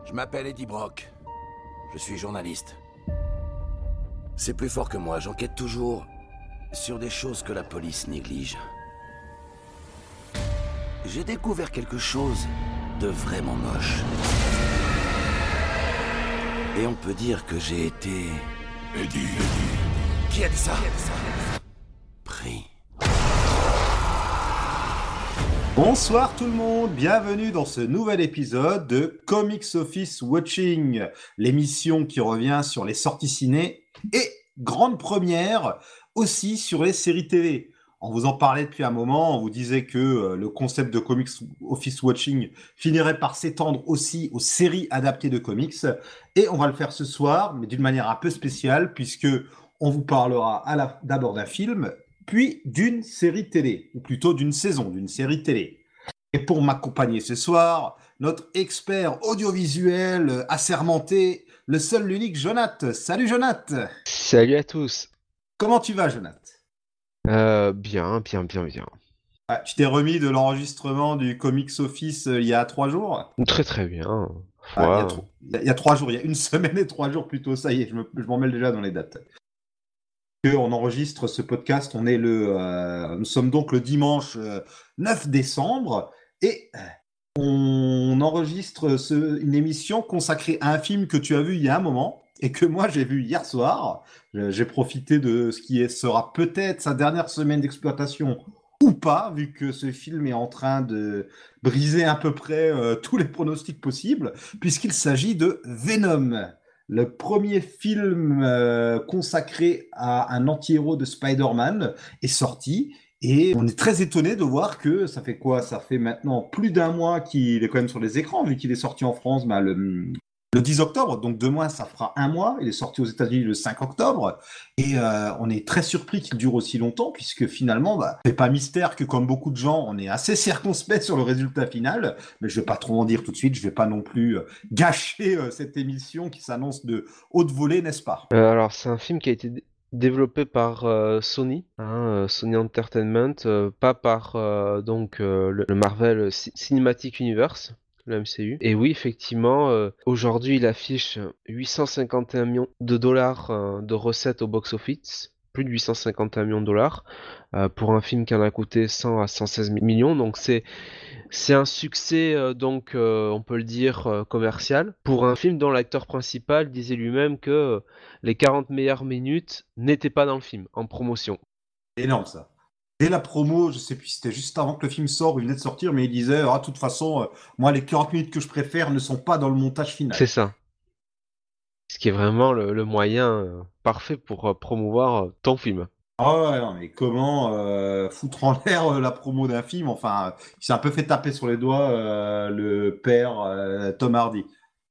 Je m'appelle Eddie Brock. Je suis journaliste. C'est plus fort que moi, j'enquête toujours sur des choses que la police néglige. J'ai découvert quelque chose de vraiment moche. Et on peut dire que j'ai été... Eddie. Qui a dit ça? Pris. Bonsoir tout le monde, bienvenue dans ce nouvel épisode de Comics Office Watching, l'émission qui revient sur les sorties ciné et grande première aussi sur les séries TV. On vous en parlait depuis un moment, on vous disait que le concept de Comics Office Watching finirait par s'étendre aussi aux séries adaptées de comics et on va le faire ce soir, mais d'une manière un peu spéciale puisque on vous parlera d'abord d'un film puis d'une série télé, ou plutôt d'une saison, d'une série télé. Et pour m'accompagner ce soir, notre expert audiovisuel assermenté, le seul, l'unique Jonath. Salut Jonath. Salut à tous. Comment tu vas Jonath? Bien. Ah, tu t'es remis de l'enregistrement du Comics Office il y a 3 jours? Très bien. Ah, il y a 3 jours, il y a 1 semaine et 3 jours plutôt, ça y est, je m'en mêle déjà dans les dates. On enregistre ce podcast, nous sommes donc le dimanche 9 décembre et on enregistre une émission consacrée à un film que tu as vu il y a un moment et que moi j'ai vu hier soir. J'ai profité de ce qui sera peut-être sa dernière semaine d'exploitation ou pas, vu que ce film est en train de briser à peu près tous les pronostics possibles, puisqu'il s'agit de Venom. Le premier film consacré à un anti-héros de Spider-Man est sorti et on est très étonné de voir que ça fait quoi? Ça fait maintenant plus d'un mois qu'il est quand même sur les écrans, vu qu'il est sorti en France le 10 octobre, donc demain ça fera un mois. Il est sorti aux États-Unis le 5 octobre et on est très surpris qu'il dure aussi longtemps puisque finalement, c'est pas mystère que comme beaucoup de gens, on est assez circonspect sur le résultat final. Mais je vais pas trop en dire tout de suite. Je vais pas non plus gâcher cette émission qui s'annonce de haute volée, n'est-ce pas? Alors c'est un film qui a été développé par Sony, Sony Entertainment, pas par le Marvel Cinematic Universe, le MCU. Et oui, effectivement, aujourd'hui il affiche 851 millions de dollars de recettes au box-office, plus de 851 millions de dollars, pour un film qui en a coûté 100 à 116 millions. Donc c'est un succès, on peut le dire, commercial, pour un film dont l'acteur principal disait lui-même que les 40 meilleures minutes n'étaient pas dans le film, en promotion. Énorme ça. Dès la promo, je sais plus si c'était juste avant que le film sorte ou il venait de sortir, mais il disait, de toute façon, moi les 40 minutes que je préfère ne sont pas dans le montage final. C'est ça. Ce qui est vraiment le moyen parfait pour promouvoir ton film. Ah ouais, non, mais comment foutre en l'air la promo d'un film? Enfin, il s'est un peu fait taper sur les doigts le père Tom Hardy.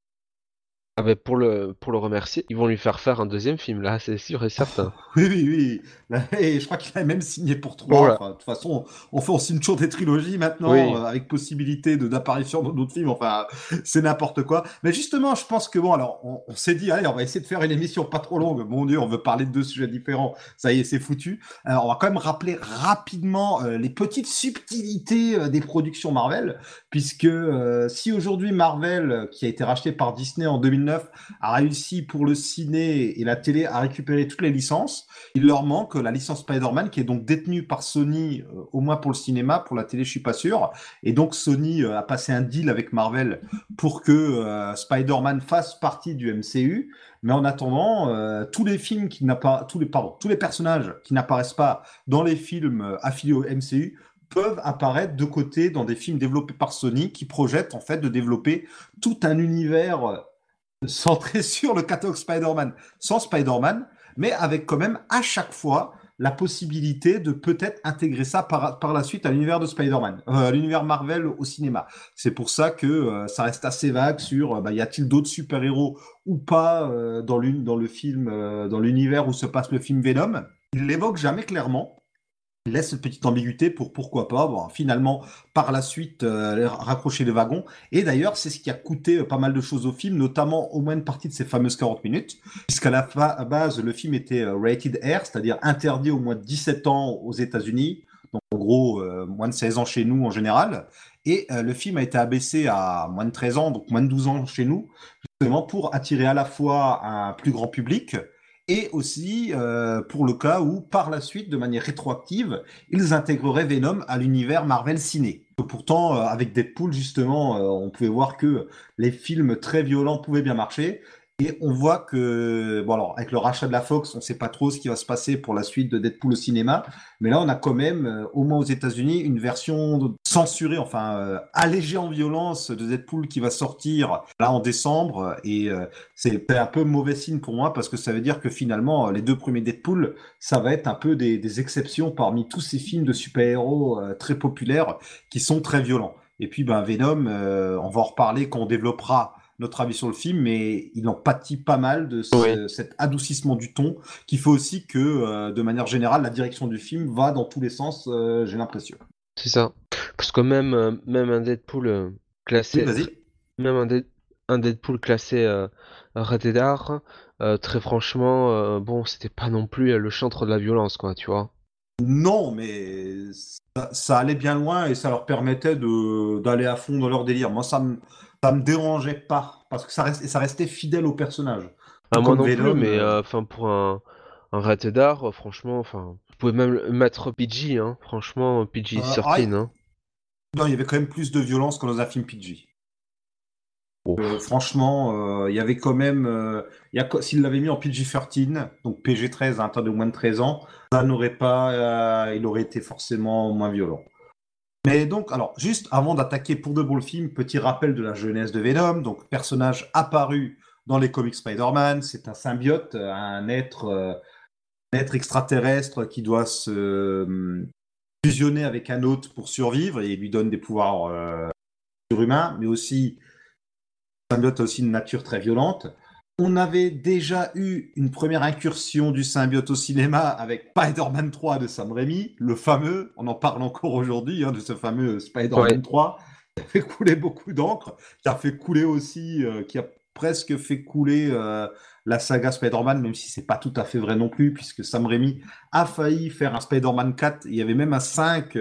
Ah ben pour le remercier, ils vont lui faire un deuxième film, là, c'est sûr et certain. Oui. Et je crois qu'il a même signé pour 3. Voilà. Enfin, de toute façon, on signe toujours des trilogies maintenant, Oui. avec possibilité d'apparition dans d'autres films. Enfin, c'est n'importe quoi. Mais justement, je pense que alors, on s'est dit, allez, on va essayer de faire une émission pas trop longue. Mon Dieu, on veut parler de 2 sujets différents. Ça y est, c'est foutu. Alors, on va quand même rappeler rapidement les petites subtilités des productions Marvel, puisque si aujourd'hui Marvel, qui a été racheté par Disney en 2009, a réussi pour le ciné et la télé à récupérer toutes les licences, il leur manque la licence Spider-Man qui est donc détenue par Sony, au moins pour le cinéma, pour la télé je suis pas sûr, et donc Sony a passé un deal avec Marvel pour que Spider-Man fasse partie du MCU, mais en attendant, tous les personnages qui n'apparaissent pas dans les films affiliés au MCU peuvent apparaître de côté dans des films développés par Sony qui projettent en fait de développer tout un univers centré sur le catalogue Spider-Man, sans Spider-Man, mais avec quand même à chaque fois la possibilité de peut-être intégrer ça par la suite à l'univers de Spider-Man, à l'univers Marvel au cinéma. C'est pour ça que ça reste assez vague sur y a-t-il d'autres super-héros ou pas dans le film, dans l'univers où se passe le film Venom. Il l'évoque jamais clairement. Il laisse cette petite ambiguïté pour pourquoi pas, finalement, par la suite, raccrocher les wagons. Et d'ailleurs, c'est ce qui a coûté pas mal de choses au film, notamment au moins une partie de ces fameuses 40 minutes, puisqu'à la base, le film était rated R, c'est-à-dire interdit au moins de 17 ans aux États-Unis. Donc, en gros moins de 16 ans chez nous en général. Et le film a été abaissé à moins de 13 ans, donc moins de 12 ans chez nous, justement pour attirer à la fois un plus grand public et aussi pour le cas où, par la suite, de manière rétroactive, ils intégreraient Venom à l'univers Marvel Ciné. Pourtant, avec Deadpool, justement, on pouvait voir que les films très violents pouvaient bien marcher. Et on voit que, bon alors, avec le rachat de la Fox, on ne sait pas trop ce qui va se passer pour la suite de Deadpool au cinéma, mais là, on a quand même, au moins aux États-Unis, une version censurée, enfin allégée en violence de Deadpool qui va sortir là en décembre, et c'est un peu mauvais signe pour moi parce que ça veut dire que finalement, les 2 premiers Deadpool, ça va être un peu des exceptions parmi tous ces films de super-héros très populaires qui sont très violents. Et puis, ben, Venom, on va en reparler quand on développera notre avis sur le film, mais il en pâtit pas mal de Oui, cet adoucissement du ton qui fait aussi que, de manière générale, la direction du film va dans tous les sens, j'ai l'impression. c'est ça. Parce que même un Deadpool Oui, classé, vas-y. même un Deadpool classé rated R, très franchement, bon, c'était pas non plus le chantre de la violence, quoi, tu vois. Non, mais ça allait bien loin et ça leur permettait d'aller à fond dans leur délire. Moi, ça me dérangeait pas parce que ça restait fidèle au personnage. Ah, Tout moi comme non plus, Venom. mais enfin pour un rated R, franchement, enfin, vous pouvez même le mettre PG, hein, franchement, PG-13, hein. Non, il y avait quand même plus de violence que dans un film PG. Ouf. Franchement, il y avait quand même. S'il l'avait mis en PG-13, donc PG-13 à un temps de moins de 13 ans, ça n'aurait pas. Il aurait été forcément moins violent. Mais donc, alors, juste avant d'attaquer pour de bon le film, petit rappel de la jeunesse de Venom. Donc, personnage apparu dans les comics Spider-Man, c'est un symbiote, un être extraterrestre qui doit se fusionner avec un autre pour survivre et il lui donne des pouvoirs surhumains, mais aussi symbiote a aussi une nature très violente. On avait déjà eu une première incursion du symbiote au cinéma avec Spider-Man 3 de Sam Raimi, le fameux, on en parle encore aujourd'hui, hein, de ce fameux Spider-Man Ouais, 3, qui a fait couler beaucoup d'encre, qui a fait couler aussi, qui a presque fait couler la saga Spider-Man, même si c'est pas tout à fait vrai non plus, puisque Sam Raimi a failli faire un Spider-Man 4, il y avait même un 5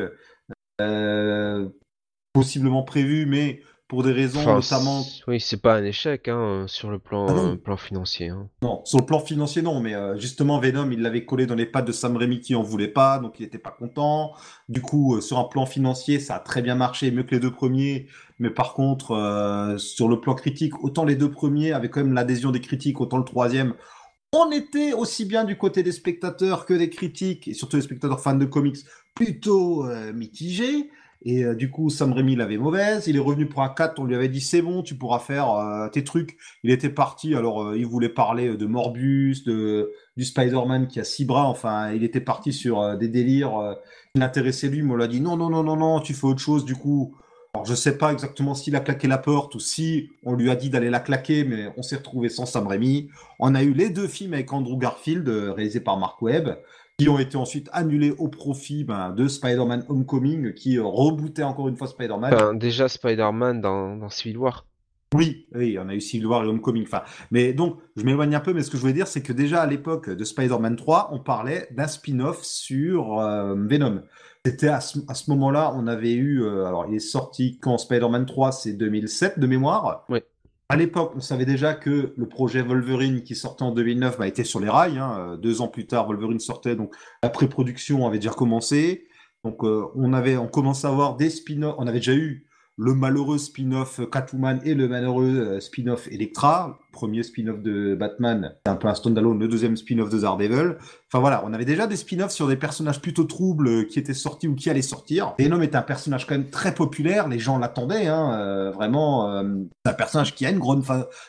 euh, possiblement prévu, mais pour des raisons enfin, notamment. oui, c'est pas un échec, hein, sur le Ah plan, non, plan financier, hein. non, sur le plan financier, non, mais justement, Venom, il l'avait collé dans les pattes de Sam Raimi qui en voulait pas, donc il n'était pas content. Du coup, sur un plan financier, ça a très bien marché, mieux que les 2 premiers. Mais par contre, sur le plan critique, autant les 2 premiers avaient quand même l'adhésion des critiques, autant le troisième, on était aussi bien du côté des spectateurs que des critiques, et surtout les spectateurs fans de comics, plutôt mitigés. Et du coup, Sam Raimi l'avait mauvaise. Il est revenu pour un 4, on lui avait dit c'est bon, tu pourras faire tes trucs. Il était parti, alors il voulait parler de Morbius, du Spider-Man qui a 6 bras. Enfin, il était parti sur des délires qui l'intéressaient lui, mais on l'a dit non, non, non, non, non, tu fais autre chose. Du coup, alors, je sais pas exactement s'il a claqué la porte ou si on lui a dit d'aller la claquer, mais on s'est retrouvé sans Sam Raimi. On a eu les 2 films avec Andrew Garfield, réalisés par Mark Webb, qui ont été ensuite annulés au profit de Spider-Man Homecoming, qui rebootait encore une fois Spider-Man. Enfin, déjà Spider-Man dans Civil War. Oui, oui, on a eu Civil War et Homecoming. Enfin, mais donc, je m'éloigne un peu, mais ce que je voulais dire, c'est que déjà à l'époque de Spider-Man 3, on parlait d'un spin-off sur Venom. C'était à ce moment-là, on avait eu. Alors, il est sorti quand Spider-Man 3, c'est 2007 de mémoire. Oui. À l'époque, on savait déjà que le projet Wolverine qui sortait en 2009 était sur les rails, hein. 2 ans plus tard, Wolverine sortait, donc la pré-production avait déjà commencé. Donc on commençait à avoir des spin-offs. On avait déjà eu le malheureux spin-off Catwoman et le malheureux spin-off Elektra. Premier spin-off de Batman, c'est un peu un standalone. Le deuxième spin-off de Daredevil. Enfin voilà, on avait déjà des spin-offs sur des personnages plutôt troubles qui étaient sortis ou qui allaient sortir. Venom est un personnage quand même très populaire, les gens l'attendaient, hein, vraiment. C'est un personnage qui a une grande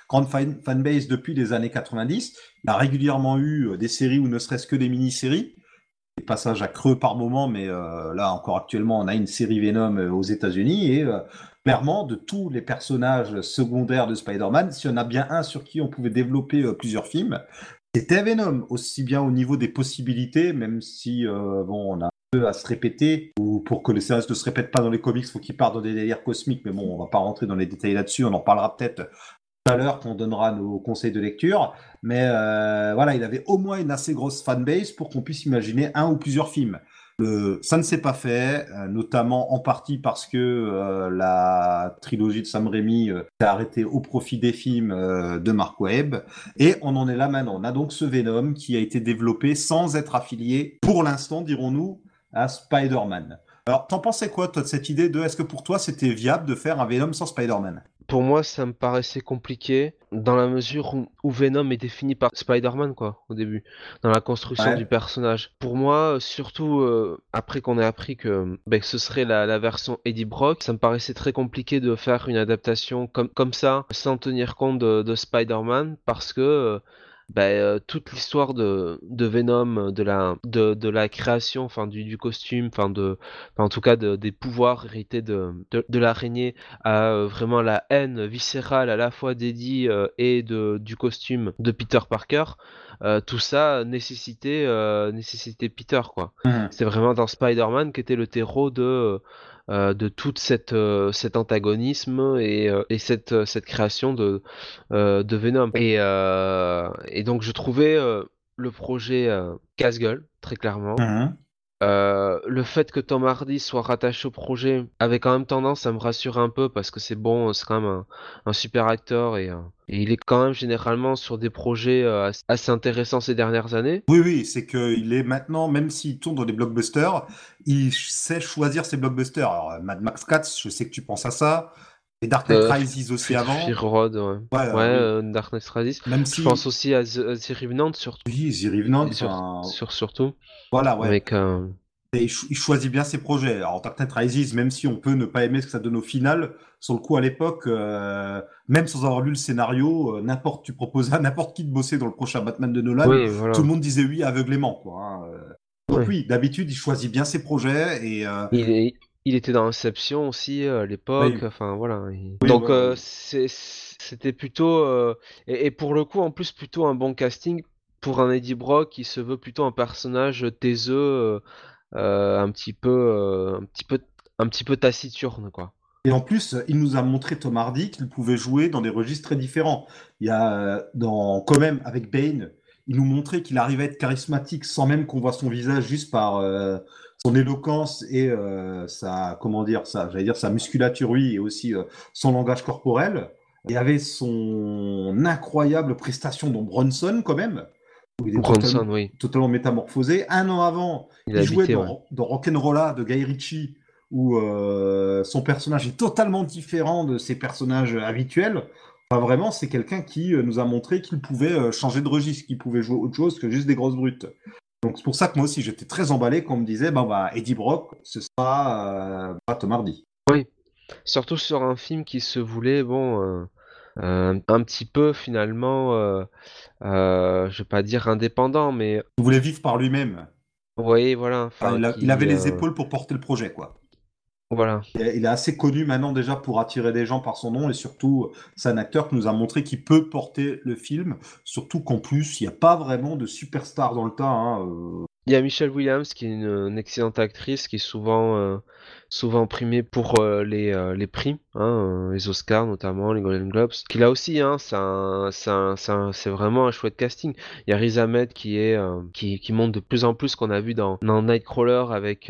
fanbase depuis les années 90. Il a régulièrement eu des séries ou ne serait-ce que des mini-séries. Des passages à creux par moment, mais là encore actuellement, on a une série Venom aux États-Unis et clairement, de tous les personnages secondaires de Spider-Man, s'il y en a bien un sur qui on pouvait développer plusieurs films, c'était Venom, aussi bien au niveau des possibilités, même si bon, on a un peu à se répéter, ou pour que les scénaristes ne se répètent pas dans les comics, il faut qu'ils partent dans des délires cosmiques, mais bon, on va pas rentrer dans les détails là-dessus, on en parlera peut-être tout à l'heure quand on donnera nos conseils de lecture, mais voilà, il avait au moins une assez grosse fanbase pour qu'on puisse imaginer un ou plusieurs films. Ça ne s'est pas fait, notamment en partie parce que la trilogie de Sam Raimi s'est arrêtée au profit des films de Mark Webb. Et on en est là maintenant. On a donc ce Venom qui a été développé sans être affilié, pour l'instant, dirons-nous, à Spider-Man. Alors, t'en pensais quoi, toi, de cette idée de est-ce que pour toi c'était viable de faire un Venom sans Spider-Man? Pour moi, ça me paraissait compliqué dans la mesure où Venom est défini par Spider-Man, quoi, au début, dans la construction du Ouais. personnage. Pour moi, surtout après qu'on ait appris que ce serait la version Eddie Brock, ça me paraissait très compliqué de faire une adaptation comme ça, sans tenir compte de Spider-Man, parce que toute l'histoire de Venom, de la création, enfin du costume, en tout cas des pouvoirs hérités de l'araignée, à vraiment la haine viscérale à la fois d'Eddie et du costume de Peter Parker, tout ça nécessitait Peter, quoi. Mhm. C'est vraiment dans Spider-Man qu'était le terreau de toute cet antagonisme et cette création de Venom. Et donc je trouvais le projet casse-gueule, très clairement. Mhm. Le fait que Tom Hardy soit rattaché au projet avait quand même tendance à me rassurer un peu parce que c'est bon, c'est quand même un super acteur et il est quand même généralement sur des projets assez intéressants ces dernières années. Oui, oui, c'est qu'il est maintenant, même s'il tourne dans des blockbusters, il sait choisir ses blockbusters. Alors, Mad Max 4, je sais que tu penses à ça, et Dark Knight Rises aussi Fury avant. Road, ouais. Ouais, Ouais, oui. Dark Knight Rises. Même Je pense si, aussi à The Revenant surtout. oui, The Revenant, enfin, Surtout. voilà, ouais. Avec Et il choisit bien ses projets. Alors, Dark Knight Rises, même si on peut ne pas aimer ce que ça donne au final, sur le coup, à l'époque, même sans avoir lu le scénario, tu proposais à n'importe qui de bosser dans le prochain Batman de Nolan, oui, tout voilà. le monde disait oui aveuglément, quoi, hein. Donc Ouais. oui, d'habitude, il choisit bien ses projets et Il était dans Inception aussi à l'époque, oui, enfin voilà. oui, Donc voilà, oui. c'était plutôt et pour le coup en plus plutôt un bon casting pour un Eddie Brock qui se veut plutôt un personnage taiseux, un petit peu taciturne quoi. Et en plus, il nous a montré Tom Hardy qu'il pouvait jouer dans des registres très différents. Il y a quand même avec Bane, il nous montrait qu'il arrivait à être charismatique sans même qu'on voit son visage, juste par son éloquence et comment dire ça, j'allais dire sa musculature oui et aussi son langage corporel. Il y avait son incroyable prestation dans Bronson quand même, où il est Bronson, oui, totalement métamorphosé. Un an avant, il a il jouait habité, ouais. dans Rock'n'Rolla de Guy Ritchie où son personnage est totalement différent de ses personnages habituels. Enfin, vraiment, c'est quelqu'un qui nous a montré qu'il pouvait changer de registre, qu'il pouvait jouer autre chose que juste des grosses brutes. Donc c'est pour ça que moi aussi j'étais très emballé quand on me disait Eddie Brock, ce sera Tom Hardy. Oui, surtout sur un film qui se voulait bon un petit peu finalement je vais pas dire indépendant mais Il voulait vivre par lui-même. vous voyez voilà Enfin, enfin il qui avait les épaules pour porter le projet, quoi. voilà. Il est assez connu maintenant déjà pour attirer des gens par son nom et surtout, c'est un acteur qui nous a montré qu'il peut porter le film. Surtout qu'en plus, il n'y a pas vraiment de superstar dans le tas, hein. Il y a Michelle Williams qui est une excellente actrice qui est souvent primée pour les prix, hein, les Oscars notamment, les Golden Globes. Qui là aussi, hein, c'est vraiment un chouette casting. Il y a Riz Ahmed qui monte de plus en plus qu'on a vu dans Nightcrawler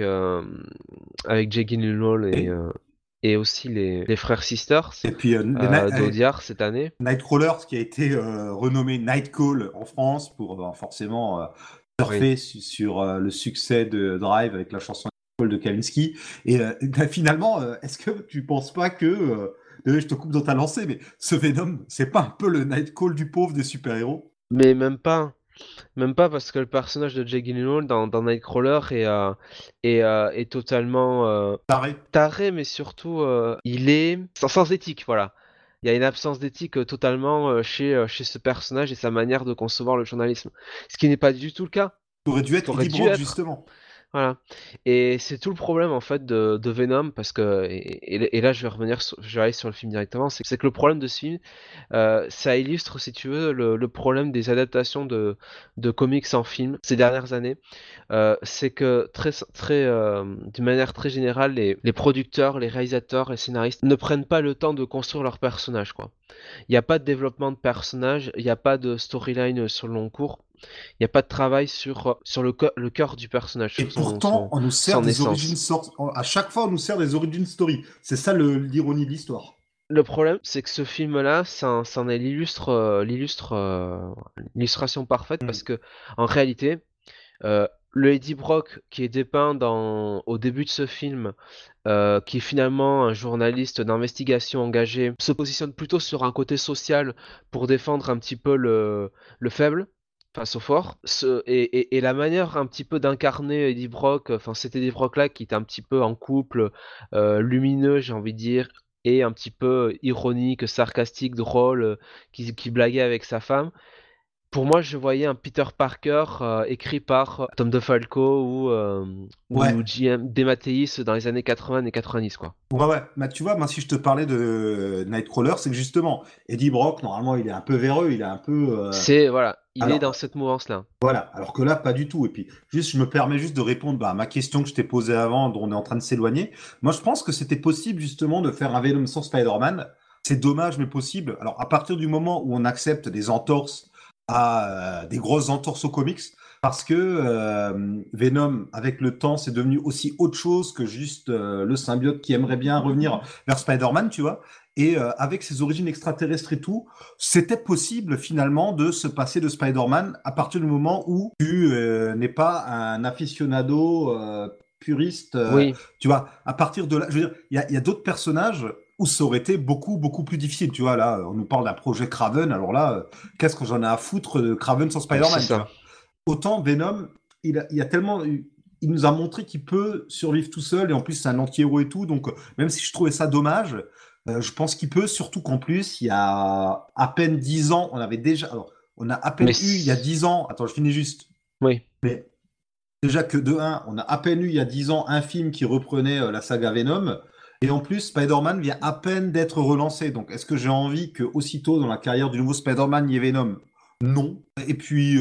avec Jake Gyllenhaal Et, et aussi les frères Sisters et puis d'Audiard cette année. Nightcrawler, qui a été renommé Nightcall en France pour forcément Oui. surfer sur le succès de Drive avec la chanson Nightcall de Kavinsky. Et finalement, est-ce que tu penses pas que, désolé, je te coupe dans ta lancée, mais ce Venom, c'est pas un peu le Nightcall du pauvre des super-héros? Mais même pas. Même pas parce que le personnage de Jake Gyllenhaal dans Nightcrawler est totalement Taré. taré, mais surtout il est sans éthique, voilà. Il y a une absence d'éthique totalement chez ce personnage et sa manière de concevoir le journalisme. Ce qui n'est pas du tout le cas, Ça aurait dû ce être qu'aurait Eddie dû Brock, être. justement. Voilà. Et c'est tout le problème en fait de Venom parce que et là je vais aller sur le film directement, c'est que le problème de ce film ça illustre, si tu veux, le problème des adaptations de comics en film ces dernières années. C'est que d'une manière très générale, les producteurs, les réalisateurs, les scénaristes ne prennent pas le temps de construire leurs personnages, quoi. Il n'y a pas de développement de personnages, il n'y a pas de storyline sur le long cours. il y a pas de travail sur le cœur du personnage, Et sur pourtant, on nous sert son des origines essence. sortes. À chaque fois, on nous sert des origin story. C'est ça l'ironie de l'histoire. Le problème, c'est que ce film-là, c'en est l'illustration parfaite Mm. parce que en réalité, le Eddie Brock qui est dépeint au début de ce film, qui est finalement un journaliste d'investigation engagé, se positionne plutôt sur un côté social pour défendre un petit peu le faible face au fort. Et la manière un petit peu d'incarner Eddie Brock, enfin cet Eddie Brock-là qui est un petit peu en couple, lumineux, j'ai envie de dire, et un petit peu ironique, sarcastique, drôle, qui blaguait avec sa femme. Pour moi, je voyais un Peter Parker écrit par Tom DeFalco Ouais. ou J.M. DeMatteis dans les années 80 et 90, quoi. Ouais, ouais. Mais tu vois, moi, si je te parlais de Nightcrawler, c'est que justement, Eddie Brock, normalement, il est un peu véreux, il est un peu. Voilà, il est Alors, dans cette mouvance-là. voilà. Alors que là, pas du tout. Et puis, juste, je me permets juste de répondre à ma question que je t'ai posée avant, dont on est en train de s'éloigner. Moi, je pense que c'était possible, justement, de faire un Venom sans Spider-Man. C'est dommage, mais possible. Alors, à partir du moment où on accepte des entorses des grosses entorses aux comics, parce que Venom, avec le temps, c'est devenu aussi autre chose que juste le symbiote qui aimerait bien revenir vers Spider-Man, tu vois. Et avec ses origines extraterrestres et tout, c'était possible finalement de se passer de Spider-Man à partir du moment où tu n'es pas un aficionado puriste. Oui, Tu vois, à partir de là, je veux dire, il y a d'autres personnages où ça aurait été beaucoup, beaucoup plus difficile. Tu vois, là, on nous parle d'un projet Kraven. Alors là, qu'est-ce que j'en ai à foutre de Kraven sans c'est Spider-Man, tu ça. vois. Autant Venom, il a tellement. Il nous a montré qu'il peut survivre tout seul et en plus c'est un anti-héros et tout. Donc même si je trouvais ça dommage, je pense qu'il peut, surtout qu'en plus il y a à peine 10 ans, on avait déjà. Alors, on a à peine Mais eu il y a 10 ans. Attends, je finis juste. oui, Mais déjà que de un, on a à peine eu il y a 10 ans un film qui reprenait la saga Venom. Et en plus, Spider-Man vient à peine d'être relancé. Donc, est-ce que j'ai envie que aussitôt dans la carrière du nouveau Spider-Man, il y ait Venom? Non. Et puis,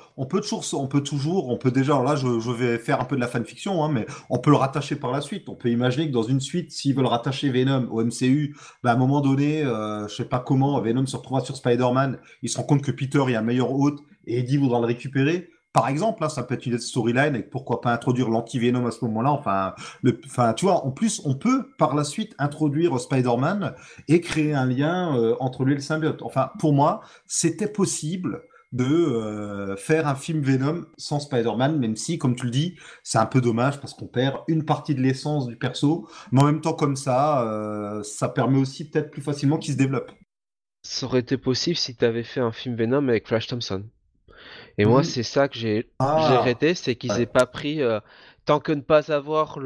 on peut déjà, alors là, je vais faire un peu de la fanfiction, hein, mais on peut le rattacher par la suite. On peut imaginer que dans une suite, s'ils veulent rattacher Venom au MCU, bah, à un moment donné, je sais pas comment, Venom se retrouvera sur Spider-Man, il se rend compte que Peter est un meilleur hôte et Eddie voudra le récupérer. Par exemple, là, ça peut être une storyline et pourquoi pas introduire l'anti-Venom à ce moment-là. Enfin, tu vois, en plus, on peut par la suite introduire Spider-Man et créer un lien entre lui et le symbiote. Enfin, pour moi, c'était possible de faire un film Venom sans Spider-Man, même si, comme tu le dis, c'est un peu dommage parce qu'on perd une partie de l'essence du perso, mais en même temps, comme ça permet aussi peut-être plus facilement qu'il se développe. ça aurait été possible si tu avais fait un film Venom avec Flash Thompson. Et moi, Mhm. c'est ça que j'ai Ah, regretté, c'est qu'ils aient ouais. pas pris, tant que ne pas avoir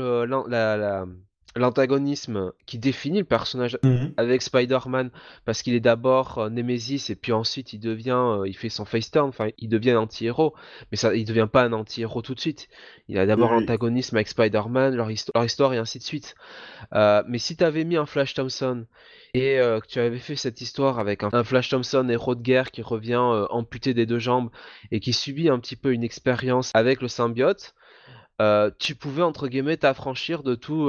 l'antagonisme qui définit le personnage Mhm. avec Spider-Man, parce qu'il est d'abord Nemesis et puis ensuite il fait son face turn, enfin il devient un anti-héros, mais ça, il devient pas un anti-héros tout de suite. Il a Oui, d'abord oui. l'antagonisme avec Spider-Man, leur histoire et ainsi de suite. Mais si tu avais mis un Flash Thompson et que tu avais fait cette histoire avec un Flash Thompson héros de guerre qui revient amputé des deux jambes et qui subit un petit peu une expérience avec le symbiote, tu pouvais entre guillemets t'affranchir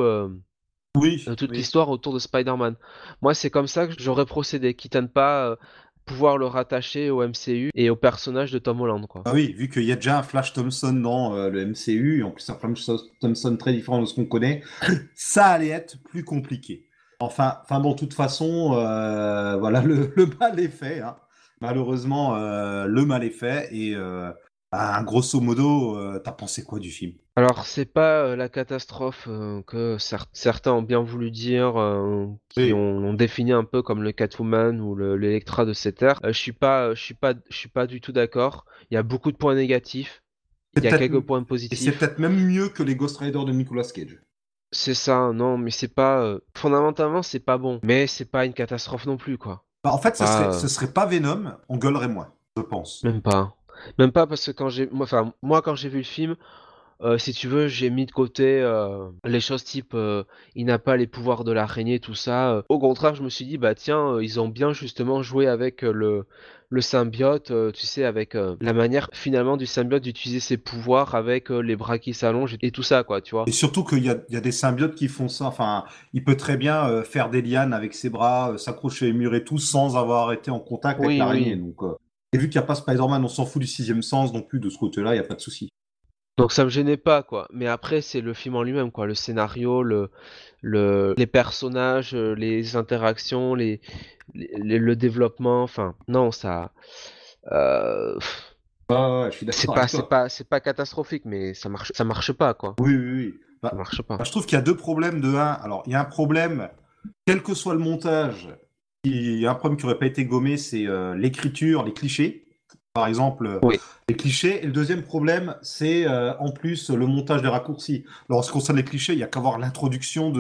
de Oui, toute oui. l'histoire autour de Spider-Man. Moi, c'est comme ça que j'aurais procédé, quitte à ne pas pouvoir le rattacher au MCU et au personnage de Tom Holland, quoi. Ah oui, vu qu'il y a déjà un Flash Thompson dans le MCU, et en plus un Flash Thompson très différent de ce qu'on connaît, ça allait être plus compliqué. Enfin bon, de toute façon, voilà, le mal est fait, hein. Malheureusement, le mal est fait, et grosso modo, t'as pensé quoi du film? Alors, c'est pas la catastrophe que certains ont bien voulu dire, qui Oui, ont défini un peu comme le Catwoman ou l'Electra de cette ère. Je suis pas du tout d'accord. Il y a beaucoup de points négatifs. Il c'est y a peut-être, quelques points et c'est positifs. peut-être même mieux que les Ghost Rider de Nicolas Cage. C'est ça, non, mais c'est pas fondamentalement c'est pas bon, mais c'est pas une catastrophe non plus, quoi. Bah, en C'est fait, pas ce serait pas Venom, on gueulerait moins, je pense. même pas, même pas parce que moi quand j'ai vu le film. Si tu veux, j'ai mis de côté les choses type il n'a pas les pouvoirs de l'araignée, tout ça. Au contraire, je me suis dit, bah tiens, ils ont bien justement joué avec le symbiote, tu sais, avec la manière finalement du symbiote d'utiliser ses pouvoirs avec les bras qui s'allongent et tout ça, quoi, tu Et vois. surtout il y a des symbiotes qui font ça. Enfin, il peut très bien faire des lianes avec ses bras, s'accrocher les murs et tout, sans avoir été en contact avec Oui, l'araignée. oui. Donc, Et vu qu'il n'y a pas Spider-Man, on s'en fout du sixième sens non plus de ce côté-là, il n'y a pas de souci. Donc ça me gênait pas, quoi. Mais après, c'est le film en lui-même, quoi. Le scénario, les personnages, les interactions, le développement. Enfin, non, ça. Pff, Ouais, je suis c'est d'accord pas, avec c'est toi. pas, c'est pas catastrophique, mais ça marche pas, quoi. Oui, oui, oui. Ça marche pas. Je trouve qu'il y a deux problèmes de un. Alors, il y a un problème, quel que soit le montage, il y a un problème qui n'aurait pas été gommé, c'est l'écriture, les clichés. Par exemple, Oui, les clichés. Et le deuxième problème, c'est en plus le montage des raccourcis. Alors, en ce qui concerne les clichés, il y a qu'à voir l'introduction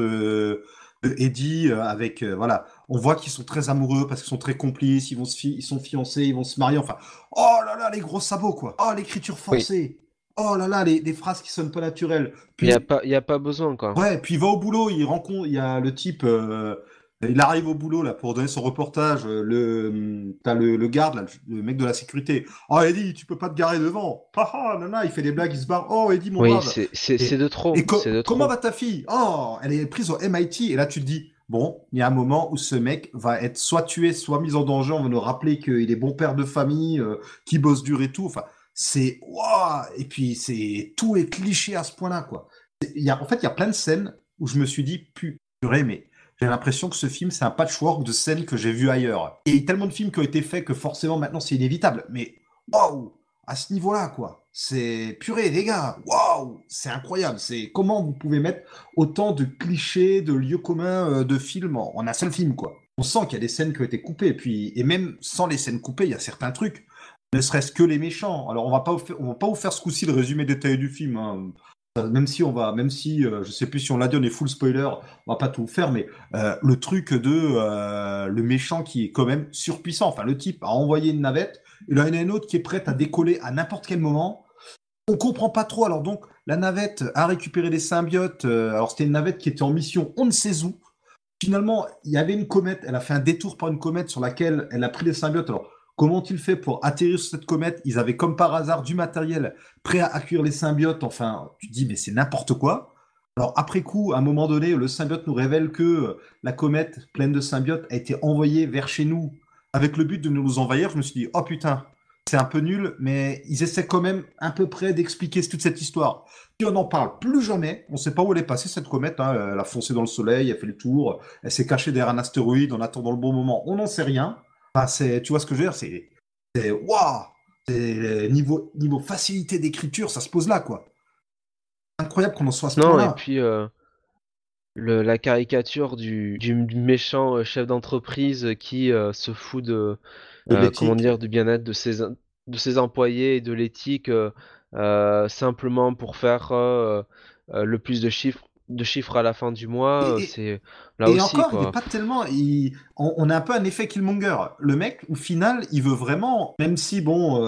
de Eddie avec, voilà, on voit qu'ils sont très amoureux parce qu'ils sont très complices, ils sont fiancés, ils vont se marier. Enfin, oh là là, les gros sabots, quoi. Oh, l'écriture oui. forcée. Oh là là, des phrases qui sonnent pas naturelles. Puis, Il y a pas besoin, quoi. ouais, puis il va au boulot, il y a le type, il arrive au boulot là pour donner son reportage, t'as le garde, là, le mec de la sécurité. Oh Eddie, tu peux pas te garer devant. Ah ah, nana, il fait des blagues, il se barre. Oh Eddie, mon Oui, brave. c'est Et, de trop. C'est de comment trop. va ta fille? Oh, elle est prise au MIT. Et là tu te dis, bon, il y a un moment où ce mec va être soit tué, soit mis en danger. On va nous rappeler qu'il est bon père de famille, qui bosse dur et tout. Enfin, c'est waouh. Et puis tout est cliché à ce point-là, quoi. En fait, il y a plein de scènes où je me suis dit, purée, mais j'ai l'impression que ce film, c'est un patchwork de scènes que j'ai vues ailleurs. Et il y a tellement de films qui ont été faits que forcément maintenant c'est inévitable. Mais waouh, à ce niveau-là, quoi. C'est purée, les gars, waouh, c'est incroyable. C'est comment vous pouvez mettre autant de clichés, de lieux communs de films en un seul film, quoi. On sent qu'il y a des scènes qui ont été coupées, et même sans les scènes coupées, il y a certains trucs, ne serait-ce que les méchants. Alors on va pas vous faire ce coup-ci le résumé détaillé du film, hein. Même si, je sais plus si on l'a dit, on est full spoiler, on va pas tout faire, mais le truc de le méchant qui est quand même surpuissant. Enfin, le type a envoyé une navette, et là, il y en a une autre qui est prête à décoller à n'importe quel moment. On comprend pas trop. Alors donc, la navette a récupéré des symbiotes. Alors c'était une navette qui était en mission, on ne sait où. Finalement, il y avait une comète. Elle a fait un détour par une comète sur laquelle elle a pris les symbiotes. Alors, comment ont-ils fait pour atterrir sur cette comète? Ils avaient comme par hasard du matériel prêt à accueillir les symbiotes. Enfin, tu te dis, mais c'est n'importe quoi. Alors, après coup, à un moment donné, le symbiote nous révèle que la comète pleine de symbiotes a été envoyée vers chez nous avec le but de nous envahir. Je me suis dit, oh putain, c'est un peu nul, mais ils essaient quand même à peu près d'expliquer toute cette histoire. Puis on n'en parle plus jamais. On ne sait pas où elle est passée, cette comète, hein. Elle a foncé dans le soleil, elle a fait le tour, elle s'est cachée derrière un astéroïde en attendant le bon moment. On n'en sait rien. Enfin, tu vois ce que je veux dire? Waouh! Niveau facilité d'écriture, ça se pose là, quoi. Incroyable qu'on en soit à ce Non, et point-là. puis la caricature du méchant chef d'entreprise qui se fout De comment l'éthique. dire, du bien-être de ses employés et de l'éthique simplement pour faire le plus de chiffres à la fin du mois, Et, et, c'est là et aussi encore, il est quoi. pas tellement. On a un peu un effet Killmonger. Le mec, au final, il veut vraiment, même si bon,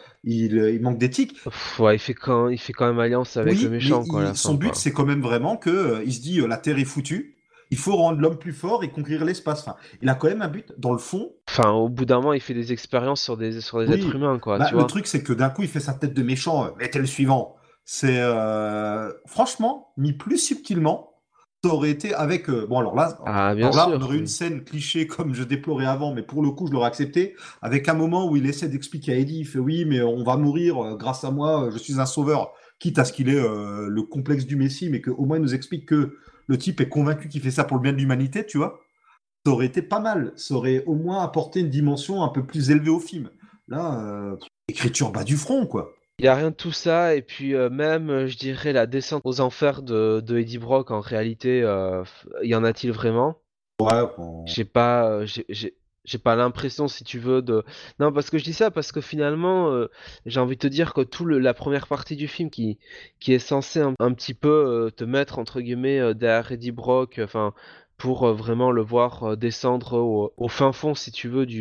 il manque d'éthique. Ouais, il fait quand même alliance avec le Oui, mais méchant quoi à la son fin but, quoi. c'est quand même vraiment que il se dit la Terre est foutue, il faut rendre l'homme plus fort et conquérir l'espace. Enfin, il a quand même un but dans le fond. Enfin, au bout d'un moment, il fait des expériences sur des êtres Oui, humains quoi, bah, tu le vois. truc, c'est que d'un coup, il fait sa tête de méchant. Mettez le suivant. C'est franchement, mis plus subtilement, ça aurait été avec. Bon, Ah bien alors là, on sûr, aurait une oui. scène cliché comme je déplorais avant, mais pour le coup, je l'aurais accepté. Avec un moment où il essaie d'expliquer à Eddie, il fait oui, mais on va mourir grâce à moi. Je suis un sauveur, quitte à ce qu'il ait le complexe du Messie, mais qu'au moins il nous explique que le type est convaincu qu'il fait ça pour le bien de l'humanité, tu vois. Ça aurait été pas mal. Ça aurait au moins apporté une dimension un peu plus élevée au film. Là, écriture bas du front, quoi. Il y a rien de tout ça, et puis même, je dirais, la descente aux enfers de Eddie Brock, en réalité, y en a-t-il vraiment? Ouais, J'ai pas, j'ai pas l'impression, si tu veux, de... Non, parce que je dis ça, parce que finalement, j'ai envie de te dire que la première partie du film qui est censée un petit peu te mettre, entre guillemets, derrière Eddie Brock, enfin, pour vraiment le voir descendre au fin fond, si tu veux,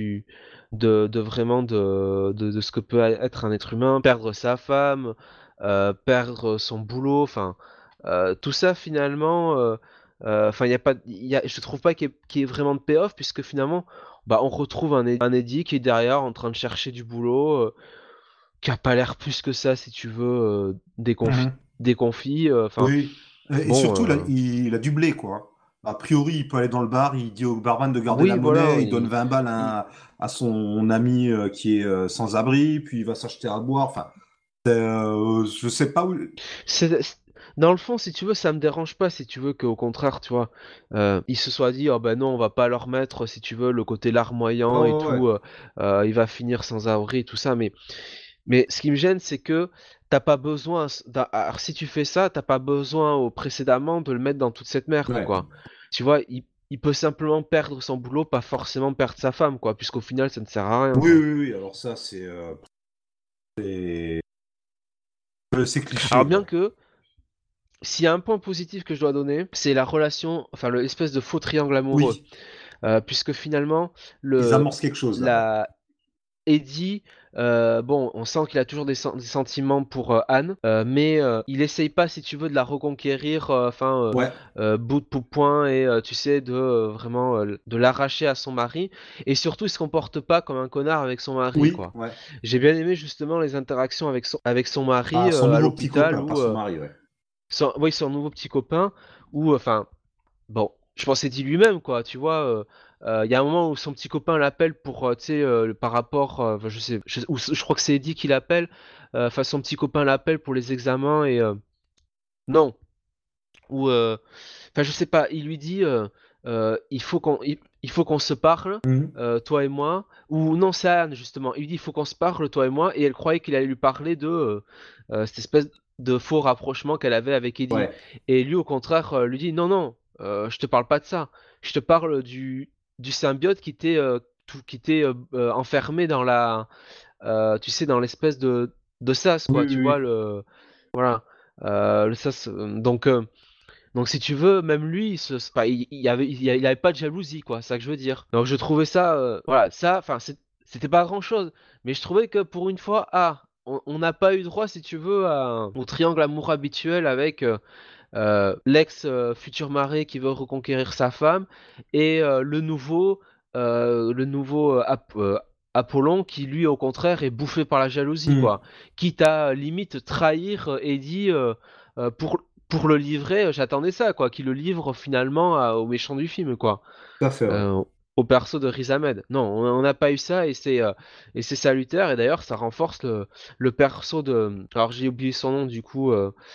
de vraiment de ce que peut être un être humain, perdre sa femme, perdre son boulot, enfin, tout ça finalement, enfin, il y a pas, je trouve pas qu'il y ait vraiment de payoff puisque finalement, bah, on retrouve un Eddie qui est derrière en train de chercher du boulot, qui a pas l'air plus que ça, si tu veux, Mhm. déconfit, enfin, Oui. Et bon, surtout, il a du blé, quoi. A priori, il peut aller dans le bar, il dit au barman de garder Oui, la voilà, monnaie, il donne 20 balles il- à son ami qui est sans abri, puis il va s'acheter à boire. Enfin, je sais pas où. dans le fond, si tu veux, ça me dérange pas, si tu veux, qu'au contraire, tu vois, il se soit dit, oh ben non, on va pas leur mettre, si tu veux, le côté larmoyant et Oh, ouais. tout, il va finir sans abri, tout ça, mais ce qui me gêne, c'est que t'as pas besoin, alors si tu fais ça, t'as pas besoin précédemment de le mettre dans toute cette merde, Ouais. quoi. Tu vois, il peut simplement perdre son boulot, pas forcément perdre sa femme, quoi, puisqu'au final, ça ne sert à rien, Oui, quoi. oui, oui. Alors ça, c'est c'est Alors cliché, bien quoi. que, s'il y a un point positif que je dois donner, c'est la relation, enfin l'espèce de faux triangle amoureux. Oui, Puisque finalement, ils le, amorcent quelque chose là-bas. la Eddie, bon, on sent qu'il a toujours des sentiments pour Anne, mais il essaye pas, si tu veux, de la reconquérir, enfin, Ouais, bout pour point, et tu sais, de vraiment de l'arracher à son mari. Et surtout, il se comporte pas comme un connard avec son mari, oui, quoi. ouais. J'ai bien aimé justement les interactions avec son mari Ah, son à nouveau petit l'hôpital, copain, pas où son mari, ouais. oui, son nouveau petit copain, où, enfin, bon, je pense que c'est dit lui-même, quoi, tu vois. Il y a un moment où son petit copain l'appelle pour, tu sais, par rapport, enfin, je sais, je crois que c'est Eddie qui l'appelle, enfin, son petit copain l'appelle pour les examens, et non, ou, enfin, je sais pas, il lui dit, il faut qu'on se parle, Mhm. toi et moi, ou non, c'est Anne, justement, il lui dit, il faut qu'on se parle, toi et moi, et elle croyait qu'il allait lui parler de cette espèce de faux rapprochement qu'elle avait avec Eddie. Ouais. Et lui, au contraire, lui dit, non, non, je te parle pas de ça, je te parle du symbiote qui t'est enfermé dans tu sais, dans l'espèce de sas, Oui, quoi, oui, tu vois, oui. voilà, le sas, donc si tu veux, même lui, c'est pas, il avait pas de jalousie, quoi, c'est ça que je veux dire. Donc je trouvais ça, voilà, ça, enfin, c'était pas grand-chose, mais je trouvais que pour une fois, on n'a pas eu droit, si tu veux, au triangle amour habituel avec l'ex futur mari qui veut reconquérir sa femme, et le nouveau Apollon qui lui au contraire est bouffé par la jalousie, Mhm. quoi, quitte à limite trahir Eddie pour le livrer. J'attendais ça, quoi, qu'il le livre finalement au méchant du film, quoi, Tout à fait, ouais. euh, au perso de Riz Ahmed. Non, on n'a pas eu ça, et c'est salutaire, et d'ailleurs ça renforce le perso de, alors j'ai oublié son nom du coup,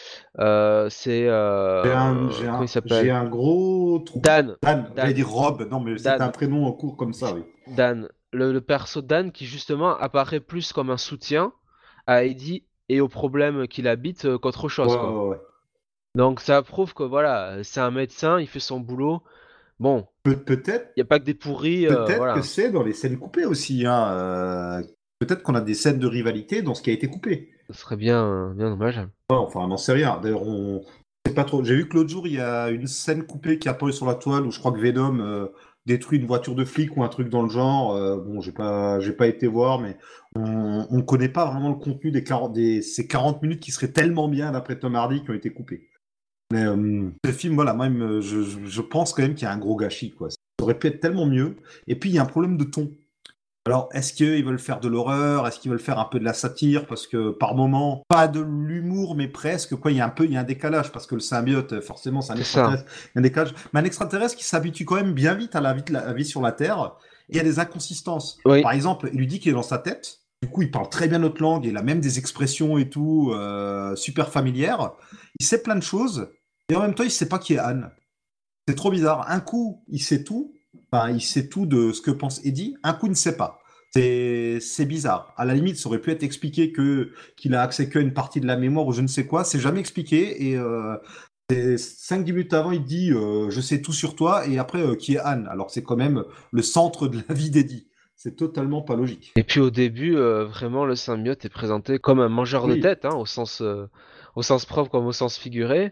c'est comment il J'ai s'appelle? un gros trou. Dan. Dan, j'allais Dan. dire Rob. Non, mais c'est un Dan. prénom en cours comme ça, oui. Dan. Le perso Dan qui justement apparaît plus comme un soutien à Eddie et aux problèmes qu'il habite qu'autre Ouais, chose, quoi. ouais, ouais. Donc ça prouve que voilà, c'est un médecin, il fait son boulot. Bon, Peut-être, il n'y a pas que des pourris, peut-être que voilà. c'est dans les scènes coupées aussi, hein. Peut-être qu'on a des scènes de rivalité dans ce qui a été coupé. Ce serait bien, bien dommageable. Ouais, enfin, on n'en sait rien. D'ailleurs, on sait pas trop. J'ai vu que l'autre jour, il y a une scène coupée qui apparaît sur la toile où je crois que Venom détruit une voiture de flic ou un truc dans le genre. Bon, j'ai pas été voir, mais on connaît pas vraiment le contenu ces 40 minutes qui seraient tellement bien d'après Tom Hardy qui ont été coupées. Mais ce film, voilà, même, je pense quand même qu'il y a un gros gâchis, quoi. Ça aurait pu être tellement mieux. Et puis, il y a un problème de ton. Alors, est-ce qu'ils veulent faire de l'horreur? Est-ce qu'ils veulent faire un peu de la satire? Parce que par moment, pas de l'humour, mais presque, quoi. Il y a un décalage parce que le symbiote, forcément, c'est un C'est ça. extraterrestre. Il y a un décalage. Mais un extraterrestre qui s'habitue quand même bien vite à la vie sur la Terre. Et il y a des inconsistances. Oui, Par exemple, il lui dit qu'il est dans sa tête. Du coup, il parle très bien notre langue. Il a même des expressions et tout, super familières. Il sait plein de choses. Et en même temps, il sait pas qui est Anne. C'est trop bizarre. Un coup, il sait tout. Enfin, il sait tout de ce que pense Eddie. Un coup, il ne sait pas. C'est bizarre. À la limite, ça aurait pu être expliqué qu'il a accès qu'à une partie de la mémoire ou je ne sais quoi. C'est jamais expliqué. Et 5-10 minutes avant, il dit je sais tout sur toi. Et après, qui est Anne? Alors, c'est quand même le centre de la vie d'Eddie. C'est totalement pas logique. et puis au début, vraiment, le symbiote est présenté comme un mangeur de Oui. tête, hein, au sens propre comme au sens figuré.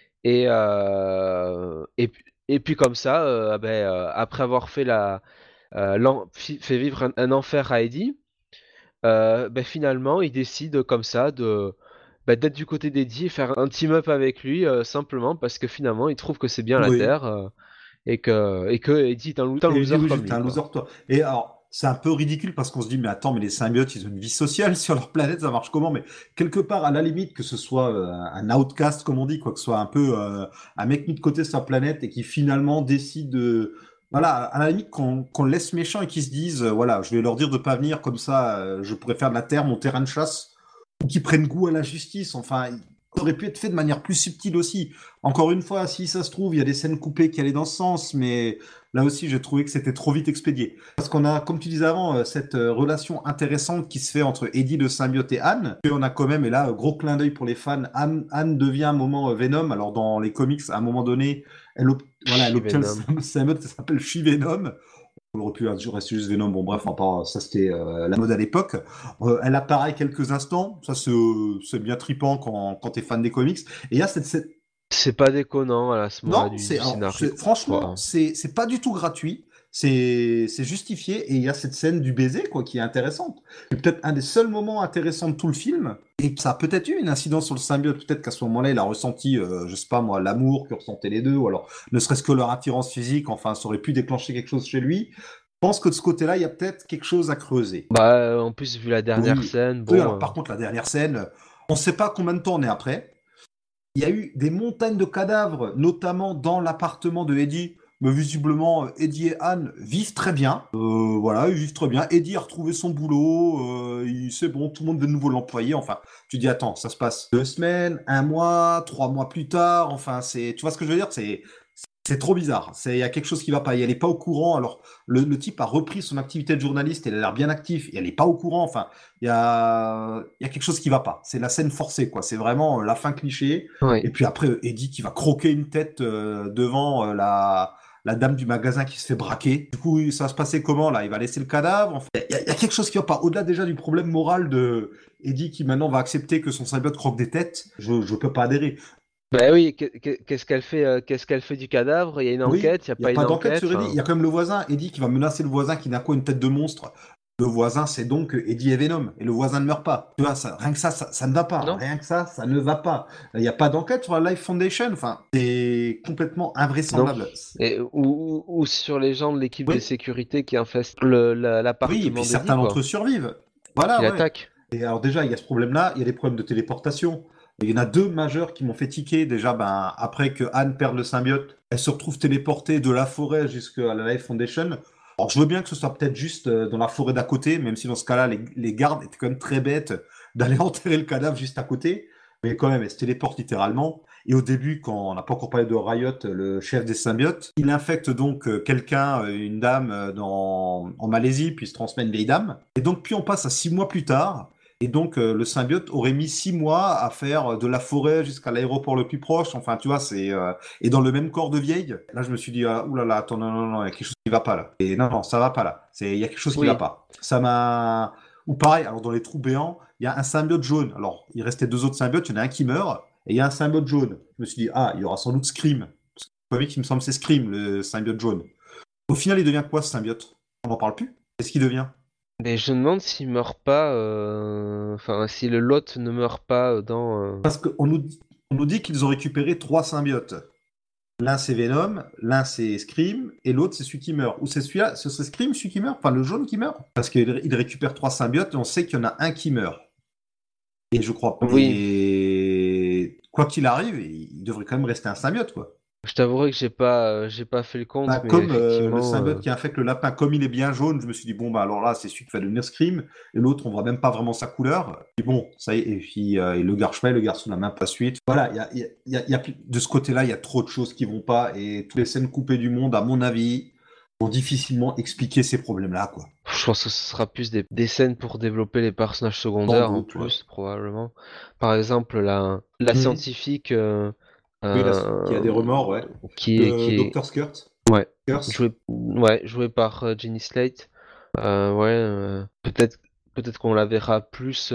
Et puis comme ça, après avoir fait vivre un enfer à Eddie, finalement, il décide comme ça d'être du côté d'Eddie et faire un team-up avec lui, simplement parce que finalement, il trouve que c'est bien la Oui. Terre, et que Eddie est un Et il loser dit oui, comme j'étais lui, un quoi. loser, toi. Et alors, c'est un peu ridicule parce qu'on se dit, mais attends, mais les symbiotes, ils ont une vie sociale sur leur planète, ça marche comment? Mais quelque part, à la limite, que ce soit un outcast, comme on dit, quoi, que ce soit un peu un mec mis de côté sur sa planète et qui finalement décide de. Voilà, à la limite, qu'on le laisse méchant et qu'ils se disent, voilà, je vais leur dire de pas venir, comme ça, je pourrais faire de la terre mon terrain de chasse, ou qu'ils prennent goût à la justice. Enfin, ça aurait pu être fait de manière plus subtile aussi. Encore une fois, si ça se trouve, il y a des scènes coupées qui allaient dans ce sens, mais là aussi, j'ai trouvé que c'était trop vite expédié. Parce qu'on a, comme tu disais avant, cette relation intéressante qui se fait entre Eddie le symbiote et Anne. Et on a quand même, et là, gros clin d'œil pour les fans, Anne devient un moment Venom. Alors, dans les comics, à un moment donné, voilà, elle obtient Venom. le symbiote, ça s'appelle She-Venom. On aurait pu rester juste Venom. Bon, bref, ça c'était la mode à l'époque. Elle apparaît quelques instants. Ça, c'est bien trippant quand t'es fan des comics. Et il y a cette. C'est pas déconnant à ce moment-là Non, du scénario. franchement, Quoi. c'est pas du tout gratuit. C'est justifié. Et il y a cette scène du baiser, quoi, qui est intéressante. C'est peut-être un des seuls moments intéressants de tout le film. Et ça a peut-être eu une incidence sur le symbiote. Peut-être qu'à ce moment-là, il a ressenti, je sais pas moi, l'amour que ressentaient les deux. Ou alors, ne serait-ce que leur attirance physique. Enfin, ça aurait pu déclencher quelque chose chez lui. Je pense que de ce côté-là, il y a peut-être quelque chose à creuser. Bah, en plus, vu la dernière Oui. scène, Oui, bon. alors par contre, la dernière scène, on ne sait pas combien de temps on est après. Il y a eu des montagnes de cadavres, notamment dans l'appartement de Eddie. Mais visiblement, Eddie et Anne vivent très bien. Voilà, ils vivent très bien. Eddie a retrouvé son boulot. C'est bon, tout le monde veut de nouveau l'employer. Enfin, tu dis, attends, ça se passe 2 semaines, 1 mois, 3 mois plus tard. Enfin, tu vois ce que je veux dire? C'est trop bizarre. Il y a quelque chose qui va pas. Elle n'est pas au courant. Alors, le type a repris son activité de journaliste. Elle a l'air bien actif. Et elle n'est pas au courant. Enfin, il y a quelque chose qui va pas. C'est la scène forcée, quoi. C'est vraiment la fin cliché. Oui. Et puis après, Eddie qui va croquer une tête devant la dame du magasin qui se fait braquer. Du coup, ça va se passer comment, là? Il va laisser le cadavre? Enfin, il y a quelque chose qui va pas. Au-delà déjà du problème moral de Eddie qui maintenant va accepter que son symbiote croque des têtes, je peux pas adhérer. Bah oui, qu'est-ce qu'elle fait du cadavre? Il y a une Oui, enquête, il n'y a il n'y a pas une pas d'enquête enquête. sur Eddie. Il y a quand même le voisin, Eddie, qui va menacer le voisin qui n'a quoi une tête de monstre. Le voisin, c'est donc Eddie et Venom. Et le voisin ne meurt pas. Tu vois, rien que ça ne va pas. Non? Rien que ça ne va pas. Il n'y a pas d'enquête sur la Life Foundation. Enfin, c'est complètement Non. invraisemblable. Ou sur les gens de l'équipe de Oui, sécurité qui infestent oui, et l'appartement puis d'Eddie, certains d'entre quoi. eux survivent. Qui Voilà, ouais. l'attaquent. Et alors déjà, il y a ce problème-là, il y a des problèmes de téléportation. Il y en a deux majeurs qui m'ont fait tiquer. Déjà, après que Anne perde le symbiote, elle se retrouve téléportée de la forêt jusqu'à la Life Foundation. Alors, je veux bien que ce soit peut-être juste dans la forêt d'à côté, même si dans ce cas-là, les gardes étaient quand même très bêtes d'aller enterrer le cadavre juste à côté. Mais quand même, elle se téléporte littéralement. Et au début, quand on n'a pas encore parlé de Riot, le chef des symbiotes, il infecte donc quelqu'un, une dame en Malaisie, puis il se transmet une vieille dame. Et donc, puis on passe à 6 mois plus tard. Et donc, le symbiote aurait mis 6 mois à faire de la forêt jusqu'à l'aéroport le plus proche. Enfin, tu vois, et dans le même corps de vieille. Là, je me suis dit, ah, oulala, attends, non, non, non, il y a quelque chose qui va pas là. Et non, non, ça va pas là. Il y a quelque chose qui va Oui. pas. Ça m'a. Ou pareil, alors dans les trous béants, il y a un symbiote jaune. Alors, il restait 2 autres symbiotes, il y en a un qui meurt, et il y a un symbiote jaune. Je me suis dit, ah, il y aura sans doute Scream. Parce que le comic, il me semble, c'est Scream, le symbiote jaune. Au final, il devient quoi ce symbiote? On n'en parle plus? Qu'est-ce qu'il devient? Mais je me demande s'il meurt pas. Enfin, si le lot ne meurt pas dans. Parce on nous dit qu'ils ont récupéré 3 symbiotes. L'un c'est Venom, l'un c'est Scream, et l'autre c'est celui qui meurt. Ou c'est celui-là, ce serait Scream, celui qui meurt? Enfin, le jaune qui meurt? Parce qu'il récupère 3 symbiotes et on sait qu'il y en a un qui meurt. Et je crois. Oui. Et quoi qu'il arrive, il devrait quand même rester un symbiote, quoi. Je t'avouerai que j'ai pas fait le compte, mais Comme le effectivement. symbiote qui infecte le lapin, comme il est bien jaune, je me suis dit, bon, alors là, c'est celui qui va devenir Scream, et l'autre, on voit même pas vraiment sa couleur. Et bon, ça y est, et puis le garçon n'a même pas suite. Voilà, de ce côté-là, il y a trop de choses qui vont pas, et toutes les scènes coupées du monde, à mon avis, vont difficilement expliquer ces problèmes-là, quoi. Je pense que ce sera plus des scènes pour développer les personnages Sans secondaires en doute, ouais. plus, probablement. Par exemple, la Mhm. scientifique Oui, qui a des remords, ouais. qui est Dr. Skirt. ouais, Curse. jouée par Jenny Slate. Ouais, peut-être qu'on la verra plus,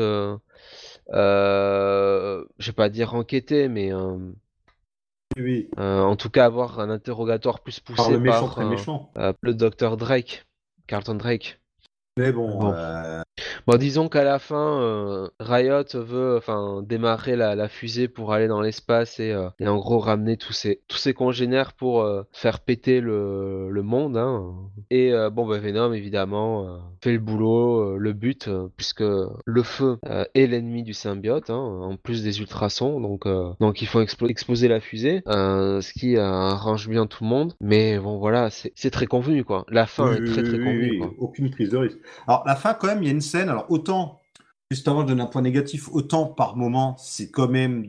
je vais pas dire enquêter, mais Oui, en tout cas avoir un interrogatoire plus par poussé le méchant par très méchant. le docteur Drake, Carlton Drake. Mais bon, Bon. Bon, disons qu'à la fin, Riot veut enfin démarrer la fusée pour aller dans l'espace et en gros ramener tous ses congénères pour faire péter le monde, hein. Et Venom, évidemment, fait le boulot, le but, puisque le feu est l'ennemi du symbiote, hein, en plus des ultrasons, donc il faut exploser la fusée, ce qui arrange bien tout le monde. Mais bon, voilà, c'est très convenu, quoi. La fin Oui, est oui, très oui, très oui, convenue, oui, quoi. aucune prise de risque. Alors, la fin, quand même, il y a une scène. Alors, autant, juste avant, je donne un point négatif, autant par moment, c'est quand même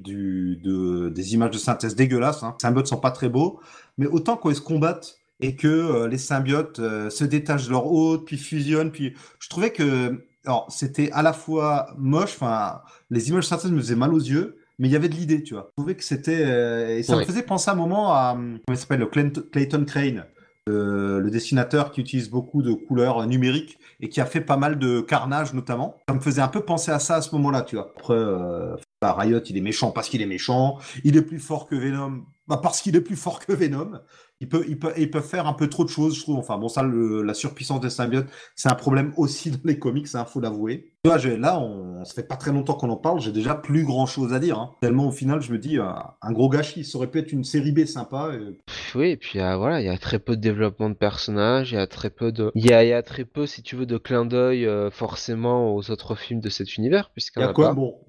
des images de synthèse dégueulasses. Hein. Les symbiotes sont pas très beaux, mais autant quand ils se combattent et que les symbiotes se détachent de leur hôte, puis fusionnent, puis je trouvais que, alors, c'était à la fois moche, enfin, les images de synthèse me faisaient mal aux yeux, mais il y avait de l'idée, tu vois. Je trouvais que c'était, et ça me Ouais. faisait penser un moment à, comment il s'appelle, le Clayton Crane, le dessinateur qui utilise beaucoup de couleurs numériques et qui a fait pas mal de carnage notamment. Ça me faisait un peu penser à ça à ce moment-là, tu vois. Après, Riot, il est méchant parce qu'il est méchant. Il est plus fort que Venom, parce qu'il est plus fort que Venom. Ils peuvent faire un peu trop de choses, je trouve. Enfin, bon, ça, la surpuissance des symbiotes, c'est un problème aussi dans les comics, hein, faut l'avouer. Tu vois, ça fait pas très longtemps qu'on en parle, j'ai déjà plus grand chose à dire. Hein. Tellement au final, je me dis, un gros gâchis. Ça aurait pu être une série B sympa. Oui, et puis voilà, il y a très peu de développement de personnages, il y a très peu il y a très peu, si tu veux, de clins d'œil forcément aux autres films de cet univers, Il puisqu'il y n'y a en a quand même, pas. bon,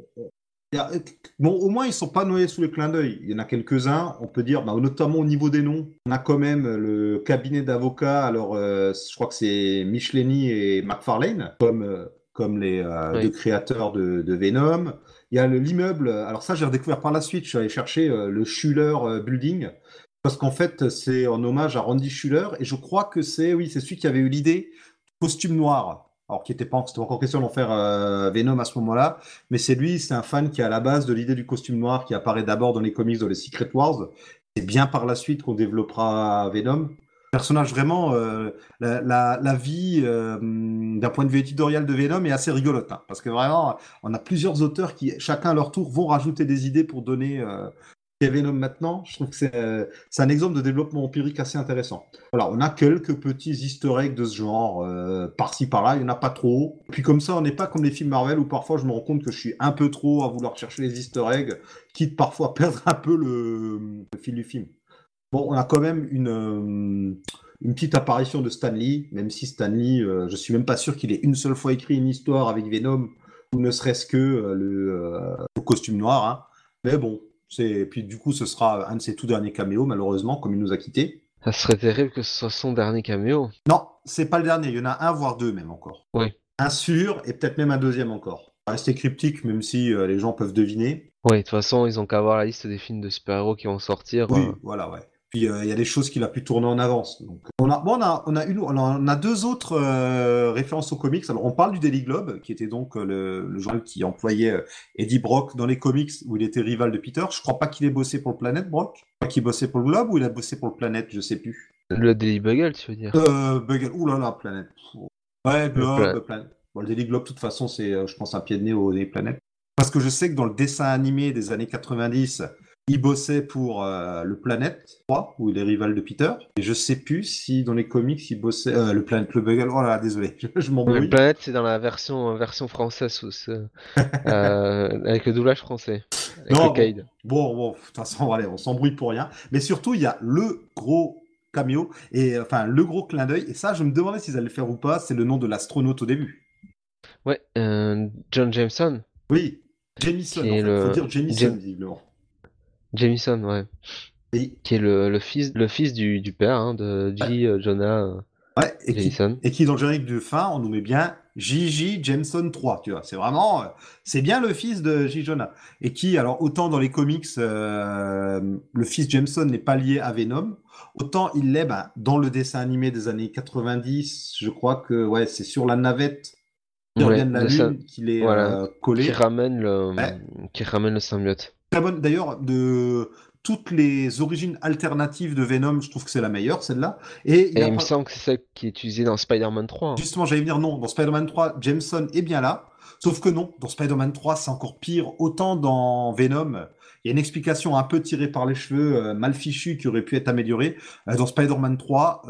bon, au moins ils sont pas noyés sous les clins d'œil. Il y en a quelques-uns, on peut dire, bah, notamment au niveau des noms. On a quand même le cabinet d'avocats, alors je crois que c'est Michelini et McFarlane, comme les deux Oui. créateurs de Venom. Il y a l'immeuble, alors ça j'ai redécouvert par la suite, je suis allé chercher le Schuller Building, parce qu'en fait c'est en hommage à Randy Schuller, et je crois que oui, c'est celui qui avait eu l'idée du costume noir. Alors, c'était pas encore question d'en faire Venom à ce moment-là, mais c'est un fan qui est à la base de l'idée du costume noir qui apparaît d'abord dans les comics dans les Secret Wars. C'est bien par la suite qu'on développera Venom. Personnage vraiment, la vie d'un point de vue éditorial de Venom est assez rigolote, hein, parce que vraiment, on a plusieurs auteurs qui, chacun à leur tour, vont rajouter des idées pour donner Venom maintenant. Je trouve que c'est un exemple de développement empirique assez intéressant. Voilà, on a quelques petits easter eggs de ce genre, par-ci par-là, il n'y en a pas trop. Puis comme ça, on n'est pas comme les films Marvel où parfois je me rends compte que je suis un peu trop à vouloir chercher les easter eggs, quitte parfois à perdre un peu le fil du film. Bon, on a quand même une petite apparition de Stan Lee, même si Stan Lee, je suis même pas sûr qu'il ait une seule fois écrit une histoire avec Venom, ou ne serait-ce que le costume noir. Hein. Mais bon, puis du coup, ce sera un de ses tout derniers caméos, malheureusement, comme il nous a quittés. Ça serait terrible que ce soit son dernier caméo. Non, c'est pas le dernier, il y en a un, voire deux même encore. Oui. Un sûr, et peut-être même un deuxième encore. Ça reste cryptique, même si les gens peuvent deviner. Oui, de toute façon, ils ont qu'à voir la liste des films de super-héros qui vont sortir. Oui, voilà, ouais. Puis il y a des choses qu'il a pu tourner en avance. Donc, on a deux autres références aux comics. Alors, on parle du Daily Globe, qui était donc le journal qui employait Eddie Brock dans les comics, où il était rival de Peter. Je crois pas qu'il ait bossé pour le Planet, Brock. Je crois qu'il bossait pour le Globe ou il a bossé pour le Planet, je sais plus. Le Daily Bugle, tu veux dire? Bugle, ouh là là, Planet. Ouais, Le pla- Globe, Planet. Bon, le Daily Globe, de toute façon, c'est, je pense, un pied de nez au des planètes. Parce que je sais que dans le dessin animé des années 90, il bossait pour le Planète 3, où il est rival de Peter. Et je sais plus si dans les comics, il bossait... le Planète, le Bugle, oh là là, désolé, je Le m'embrouille. Planète, c'est dans la version française, avec le doublage français, avec le Non, bon, Cade. de toute façon, allez, on s'embrouille pour rien. Mais surtout, il y a le gros cameo, et enfin, le gros clin d'œil. Et ça, je me demandais s'ils allaient le faire ou pas, c'est le nom de l'astronaute au début. Ouais, John Jameson, Oui, Jamison, qui en est fait. Faut le dire Jamison, visiblement. Jameson, ouais, Et, qui est le fils du père hein, de J. Jonah ouais, Jameson. et qui dans le générique de fin, on nous met bien J.J. Jameson 3, tu vois. C'est vraiment, c'est bien le fils de J. Jonah. Et qui, alors, autant dans les comics, le fils Jameson n'est pas lié à Venom, autant il l'est, dans le dessin animé des années 90, je crois que, ouais, c'est sur la navette qui revient Ouais, de la de ça, Lune qu'il est voilà, qui collé. ramène Ouais. qui ramène le symbiote. Très bonne, d'ailleurs, de toutes les origines alternatives de Venom, je trouve que c'est la meilleure, celle-là. Et il Et a il me pas, semble que c'est celle qui est utilisée dans Spider-Man 3. Hein. justement, j'allais venir, non, dans Spider-Man 3, Jameson est bien là. Sauf que non, dans Spider-Man 3, c'est encore pire. Autant dans Venom, il y a une explication un peu tirée par les cheveux, mal fichue, qui aurait pu être améliorée. Dans Spider-Man 3,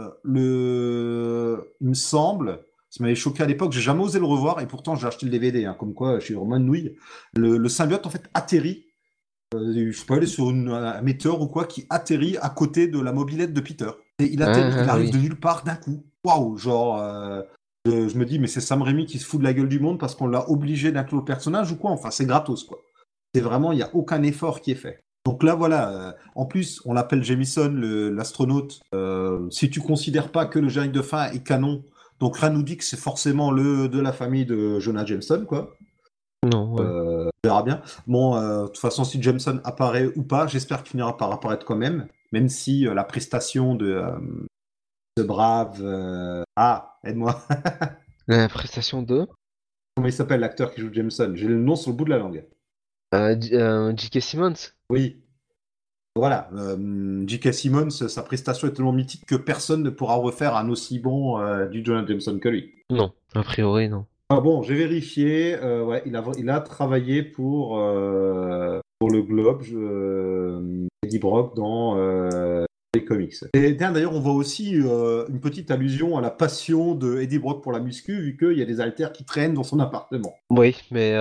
il me semble, ça m'avait choqué à l'époque, j'ai jamais osé le revoir, et pourtant j'ai acheté le DVD, hein, comme quoi je suis vraiment une nouille. Le symbiote, en fait, atterrit, je sais pas, aller sur un météore ou quoi, qui atterrit à côté de la mobilette de Peter. Et il atterrit, il Ah arrive oui. de nulle part d'un coup. waouh, genre, je me dis, mais c'est Sam Raimi qui se fout de la gueule du monde parce qu'on l'a obligé d'inclure le personnage ou quoi? Enfin, c'est gratos, quoi. C'est vraiment, il n'y a aucun effort qui est fait. Donc là, voilà. En plus, on l'appelle Jameson, l'astronaute. Si tu considères pas que le générique de fin est canon, donc rien nous dit que c'est forcément le de la famille de Jonah Jameson, quoi. Non, ouais. On verra bien. Bon, de toute façon, si Jameson apparaît ou pas, j'espère qu'il finira par apparaître quand même si la prestation de ce brave... aide-moi. La prestation de Comment il s'appelle l'acteur qui joue Jameson? J'ai le nom sur le bout de la langue. J.K. Simmons. Oui. Voilà, J.K. Simmons, sa prestation est tellement mythique que personne ne pourra refaire un aussi bon du Jonah Jameson que lui. Non, a priori, non. Ah bon, j'ai vérifié, ouais, il a travaillé pour le Globe, Eddie Brock dans les comics. Et d'ailleurs, on voit aussi une petite allusion à la passion de Eddie Brock pour la muscu, vu qu'il y a des haltères qui traînent dans son appartement. Oui, mais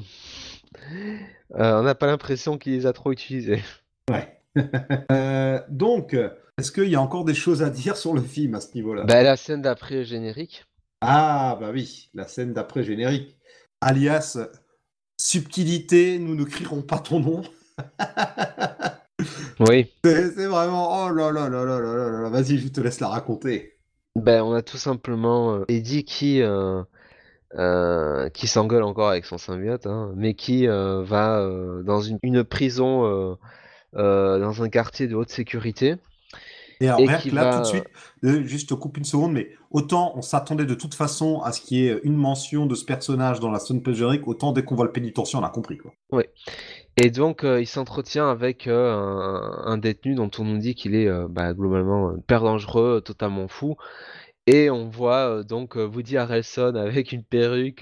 on n'a pas l'impression qu'il les a trop utilisés. Ouais. Donc, est-ce qu'il y a encore des choses à dire sur le film à ce niveau-là? Bah, la scène d'après générique. Ah, bah oui, la scène d'après générique. Alias, subtilité, nous ne crierons pas ton nom. Oui. C'est vraiment, oh là là là là là là là, vas-y, je te laisse la raconter. Ben, on a tout simplement Eddie qui s'engueule encore avec son symbiote, hein, mais qui va dans une prison dans un quartier de haute sécurité Et alors, et rien qui que là, tout de va... suite, juste je te coupe une seconde, mais autant on s'attendait de toute façon à ce qu'il y ait une mention de ce personnage dans la scène post-générique, autant dès qu'on voit le pénitencier, on a compris, quoi. Ouais. Et donc il s'entretient avec un détenu dont on nous dit qu'il est globalement père dangereux, totalement fou. Et on voit donc Woody Harrelson avec une perruque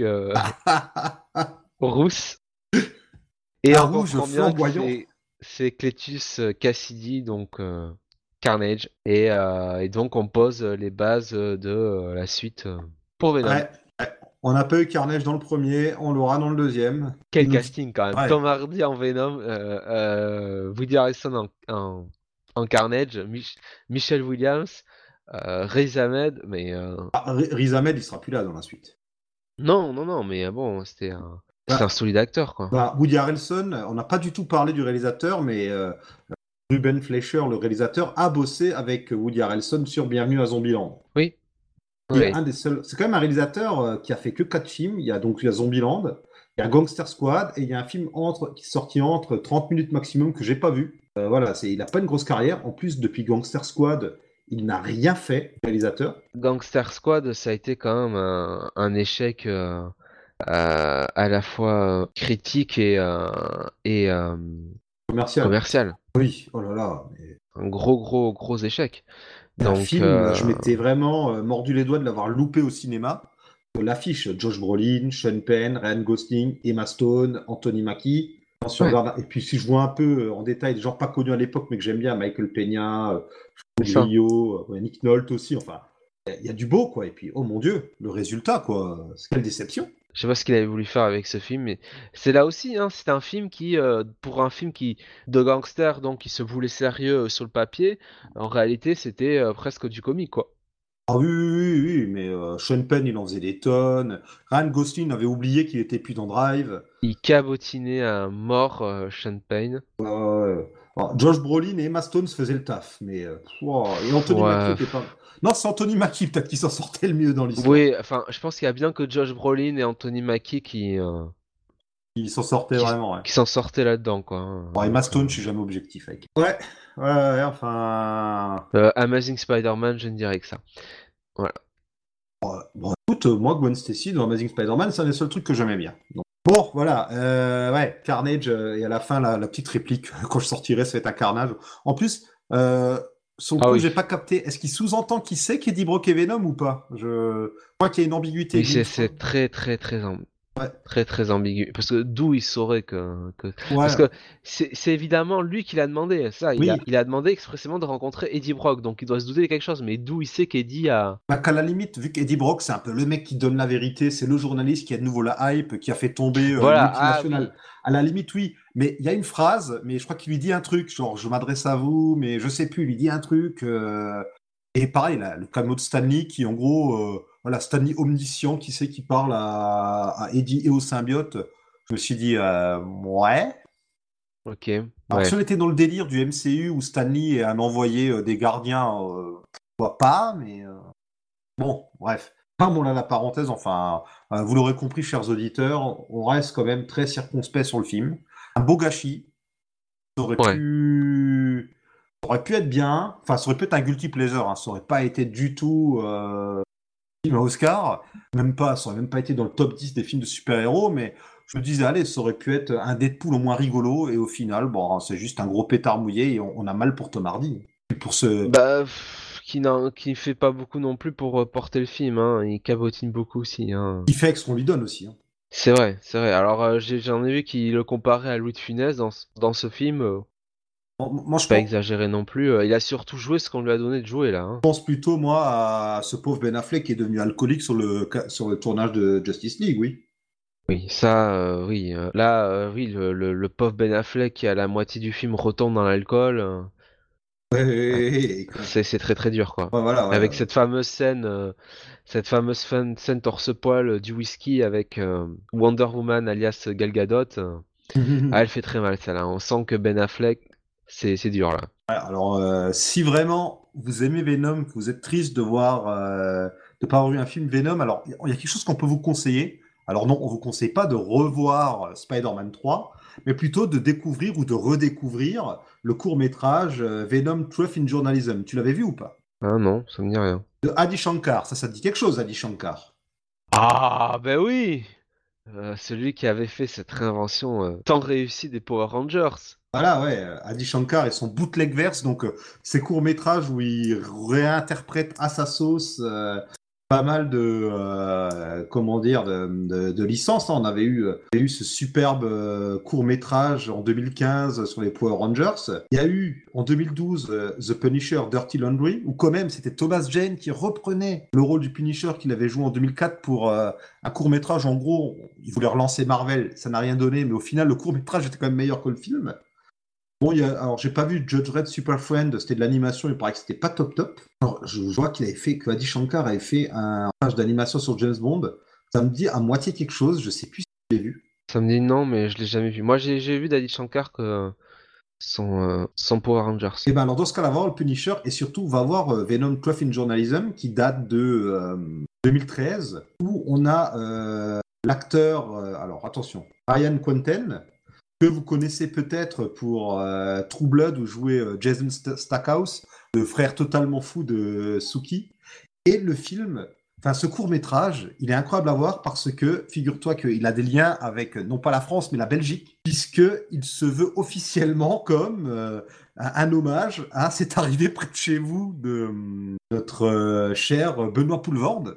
rousse. Et Un on rouge comprend bien que flamboyant. c'est Cletus Cassidy, donc Carnage. Et donc on pose les bases de la suite pour Venom. Ouais, ouais. On n'a pas eu Carnage dans le premier, on l'aura dans le deuxième. Quel Il nous- casting quand même. Ouais. Tom Hardy en Venom, Woody Harrelson en Carnage, Michelle Williams, Riz Ahmed, mais Riz Ahmed, il sera plus là dans la suite. non, non, non, mais bon, c'était un Bah, solide acteur, quoi. Woody Harrelson, on n'a pas du tout parlé du réalisateur, mais Ruben Fleischer, le réalisateur, a bossé avec Woody Harrelson sur Bienvenue à Zombieland. Oui, Il est oui. un des seuls. C'est quand même un réalisateur qui a fait que 4 films. Il y a Zombieland, il y a Gangster Squad et il y a un film qui est sorti entre 30 minutes maximum que j'ai pas vu. Voilà, il n'a pas une grosse carrière. En plus, depuis Gangster Squad, il n'a rien fait, réalisateur. Gangster Squad, ça a été quand même un échec à la fois critique et Commercial. commercial. Oui, oh là là. Un gros échec. C'est un Donc, film, je m'étais vraiment mordu les doigts de l'avoir loupé au cinéma. L'affiche, Josh Brolin, Sean Penn, Ryan Gosling, Emma Stone, Anthony Mackie. ouais, Et puis si je vois un peu en détail des gens pas connus à l'époque, mais que j'aime bien, Michael Peña, c'est ça. Grillo, Nick Nolte aussi, enfin, il y a du beau, quoi. Et puis, oh mon Dieu, le résultat, quoi. Quelle déception. Je sais pas ce qu'il avait voulu faire avec ce film, mais c'est là aussi, hein, c'est un film qui, pour un film de gangster, donc qui se voulait sérieux sur le papier, en réalité, c'était presque du comique, quoi. Ah oui, oui, oui, oui, mais Sean Penn, il en faisait des tonnes. Ryan Gosling avait oublié qu'il était plus dans Drive. Il cabotinait à mort Sean Payne. Alors, Josh Brolin et Emma Stone faisaient le taf, mais et Anthony Mackie Ouais. était pas. Non, c'est Anthony Mackie peut-être qui s'en sortait le mieux dans l'histoire. Oui, enfin, je pense qu'il y a bien que Josh Brolin et Anthony Mackie Il s'en sortait qui, vraiment, ouais. qui s'en sortaient là-dedans, quoi, hein. Bon, Emma Donc, Stone, je suis jamais objectif avec. Ouais, ouais, enfin. Amazing Spider-Man, je ne dirais que ça. Voilà. Bon, écoute, moi, Gwen Stacy dans Amazing Spider-Man, c'est un des seuls trucs que j'aimais bien. Donc, bon, voilà, ouais, Carnage, et à la fin, la petite réplique, quand je sortirai, ça va être un carnage. En plus, sur le Ah coup, oui. j'ai pas capté, est-ce qu'il sous-entend qui c'est qu'Eddie Brock et Venom ou pas? Je crois qu'il y a une ambiguïté. Oui, c'est Ouais. très ambigu. Parce que d'où il saurait Parce Ouais, que c'est évidemment lui qui l'a demandé. Ça, oui. il a demandé expressément de rencontrer Eddie Brock, donc il doit se douter de quelque chose. Mais d'où il sait qu'Eddie a... Bah, qu'à la limite, vu qu'Eddie Brock, c'est un peu le mec qui donne la vérité, c'est le journaliste qui a de nouveau la hype, qui a fait tomber une Voilà, multinationale. oui. À la limite, oui. Mais il y a une phrase, mais je crois qu'il lui dit un truc, genre je m'adresse à vous, mais je sais plus, il lui dit un truc. Et pareil, là, le caméo de Stanley qui, en gros, voilà, Stanley omniscient, qui sait qui parle à Eddie et au symbiote. Je me suis dit, ouais. Ok, Alors, si ouais. on était dans le délire du MCU où Stanley est un envoyé des gardiens, pourquoi pas, mais bon, bref. Fermons là la parenthèse, enfin, vous l'aurez compris, chers auditeurs, on reste quand même très circonspect sur le film. Un beau gâchis, ça aurait Ouais. pu, ça aurait pu être bien, enfin, ça aurait pu être un guilty pleasure, hein. Ça aurait pas été du tout film à Oscar, même pas, ça aurait même pas été dans le top 10 des films de super-héros, mais je me disais, allez, ça aurait pu être un Deadpool au moins rigolo, et au final, bon, c'est juste un gros pétard mouillé, et on a mal pour Tom Hardy. Et pour ce, Bah, qui fait pas beaucoup non plus pour porter le film, hein. Il cabotine beaucoup aussi, hein. qui fait avec ce qu'on lui donne aussi, hein. C'est vrai, c'est vrai. Alors, j'en ai vu qui le comparait à Louis de Funès dans ce film. Moi, Pas exagéré non plus. Il a surtout joué ce qu'on lui a donné de jouer là, hein. pense plutôt, moi, à ce pauvre Ben Affleck qui est devenu alcoolique sur le tournage de Justice League, oui. Oui, ça, oui. Là, oui, le pauvre Ben Affleck qui à la moitié du film retombe dans l'alcool. Ouais, Ouais. ouais, ouais, C'est très très dur quoi. ouais, voilà, Avec ouais. cette fameuse scène torse-poil du whisky avec Wonder Woman alias Gal Gadot. Ah, elle fait très mal celle-là. On sent que Ben Affleck, c'est dur là. Alors, si vraiment vous aimez Venom, que vous êtes triste de voir, de pas avoir vu un film Venom, alors il y a quelque chose qu'on peut vous conseiller. Alors non, on vous conseille pas de revoir Spider-Man 3, mais plutôt de découvrir ou de redécouvrir le court-métrage Venom 12 in Journalism. Tu l'avais vu ou pas? Ah non, ça me dit rien. De Adi Shankar. Ça te dit quelque chose, Adi Shankar? Ah, ben oui! Celui qui avait fait cette réinvention tant réussie des Power Rangers. Voilà, ouais, Adi Shankar et son bootleg verse, donc ces courts-métrages où il réinterprète à sa sauce pas mal de, comment dire, de licences, hein. On avait eu ce superbe court-métrage en 2015 sur les Power Rangers. Il y a eu en 2012 The Punisher Dirty Laundry, où quand même c'était Thomas Jane qui reprenait le rôle du Punisher qu'il avait joué en 2004 pour un court-métrage. En gros, il voulait relancer Marvel, ça n'a rien donné, mais au final, le court-métrage était quand même meilleur que le film. Bon, alors j'ai pas vu Judge Red Super Friend, c'était de l'animation, il paraît que c'était pas top top. Alors, je vois que Adi Shankar avait fait un page d'animation sur James Bond. Ça me dit à moitié quelque chose, je sais plus si j'ai vu. Ça me dit non, mais je l'ai jamais vu. Moi, j'ai vu Daddy Shankar que son Power Rangers. Et ben alors dans ce cas-là, va voir le Punisher et surtout va voir Venom 12 in Journalism qui date de 2013 où on a l'acteur, alors attention, Ryan Quanten, que vous connaissez peut-être pour True Blood où jouait Jason Stackhouse, le frère totalement fou de Suki. Et le film, enfin ce court-métrage, il est incroyable à voir parce que, figure-toi qu'il a des liens avec, non pas la France, mais la Belgique, puisqu'il se veut officiellement comme un hommage à C'est arrivé près de chez vous de notre cher Benoît Poelvoorde.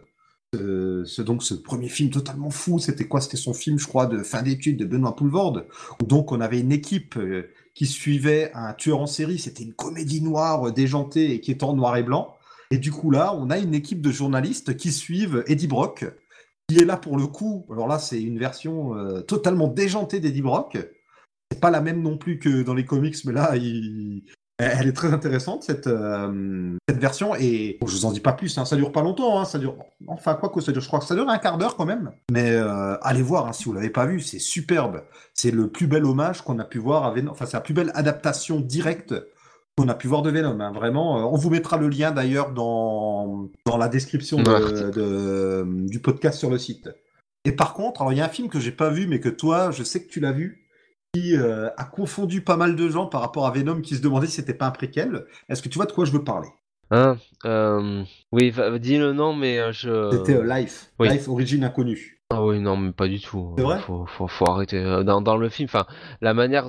Donc ce premier film totalement fou, c'était quoi? C'était son film, je crois, de fin d'études de Benoît Poelvoorde, où donc on avait une équipe qui suivait un tueur en série, c'était une comédie noire déjantée et qui était en noir et blanc. Et du coup là, on a une équipe de journalistes qui suivent Eddie Brock, qui est là pour le coup. Alors là, c'est une version totalement déjantée d'Eddie Brock. C'est pas la même non plus que dans les comics, mais là, elle est très intéressante cette version. Et bon, je vous en dis pas plus, hein, ça dure pas longtemps, hein, ça dure. Enfin, quoi que ça dure, je crois que ça dure un quart d'heure quand même. Mais allez voir, hein, si vous l'avez pas vu, c'est superbe. C'est le plus bel hommage qu'on a pu voir à Venom. Enfin, c'est la plus belle adaptation directe qu'on a pu voir de Venom, hein, vraiment. On vous mettra le lien d'ailleurs dans la description Un article. du podcast sur le site. Et par contre, alors il y a un film que j'ai pas vu, mais que toi, je sais que tu l'as vu, qui a confondu pas mal de gens par rapport à Venom qui se demandaient si c'était pas un préquel. Est-ce que tu vois de quoi je veux parler? Hein, oui, dis le nom, mais C'était Life, oui. Life Origine Inconnue. Ah oui, non, mais pas du tout. C'est vrai? Faut arrêter. Dans le film, enfin, la manière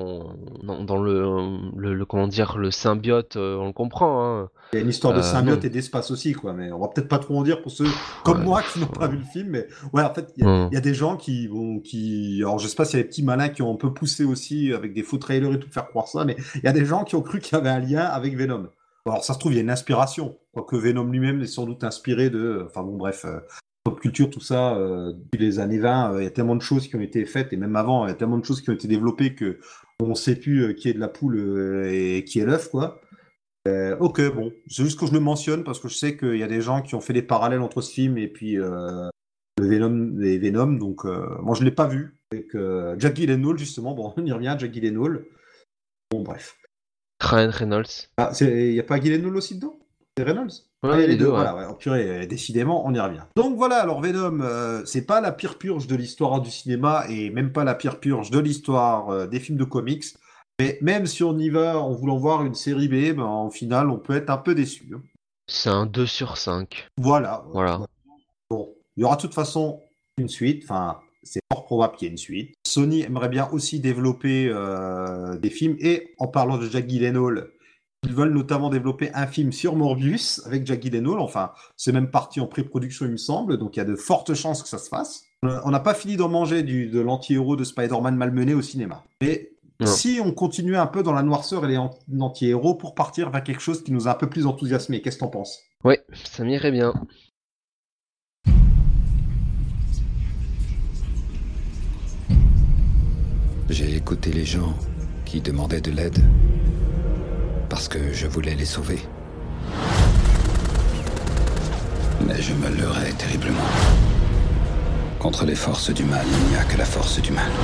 dont comment dire, le symbiote, on le comprend, hein. Il y a une histoire de Non. symbiote et d'espace aussi, quoi. Mais on va peut-être pas trop en dire pour ceux comme Ouais, moi qui n'ont pas vu le film. Mais ouais, en fait, non. il y a des gens qui. Alors, je sais pas s'il y a des petits malins qui ont un peu poussé aussi avec des faux trailers et tout, faire croire ça. Mais il y a des gens qui ont cru qu'il y avait un lien avec Venom. Alors, ça se trouve, il y a une inspiration. Quoique Venom lui-même est sans doute inspiré de. Enfin, bon, bref. Pop culture, tout ça, depuis les années 20, il y a tellement de choses qui ont été faites, et même avant, il y a tellement de choses qui ont été développées que on ne sait plus qui est de la poule et qui est l'œuf, quoi. Ok, bon, c'est juste que je le mentionne parce que je sais qu'il y a des gens qui ont fait des parallèles entre ce film et puis les Venom, donc moi je l'ai pas vu. Avec Jack Gyllenhaal justement, bon, on y revient, Jack Gyllenhaal. Bon, bref. Ryan Reynolds. Ah, il y a pas Gyllenhaal aussi dedans? C'est Reynolds? Ah, il y Ouais, a les les deux, deux, ouais. voilà, ouais. Oh, purée, décidément, on y revient. Donc voilà, alors Venom, c'est pas la pire purge de l'histoire du cinéma et même pas la pire purge de l'histoire des films de comics. Mais même si on y va en voulant voir une série B, ben, au final, on peut être un peu déçu, hein. C'est un 2/5. Voilà. Voilà. Bon, il y aura de toute façon une suite, enfin, c'est fort probable qu'il y ait une suite. Sony aimerait bien aussi développer des films, et en parlant de Jack Gyllenhaal, ils veulent notamment développer un film sur Morbius avec Jack Gyllenhaal, enfin, c'est même parti en pré-production, il me semble, donc il y a de fortes chances que ça se fasse. On n'a pas fini d'en manger de l'anti-héros de Spider-Man malmené au cinéma. Mais Non. si on continuait un peu dans la noirceur et les anti-héros pour partir vers quelque chose qui nous a un peu plus enthousiasmé, qu'est-ce que t'en penses? Ouais, ça m'irait bien. J'ai écouté les gens qui demandaient de l'aide parce que je voulais les sauver. Mais je me leurrais terriblement. Contre les forces du mal, il n'y a que la force du mal.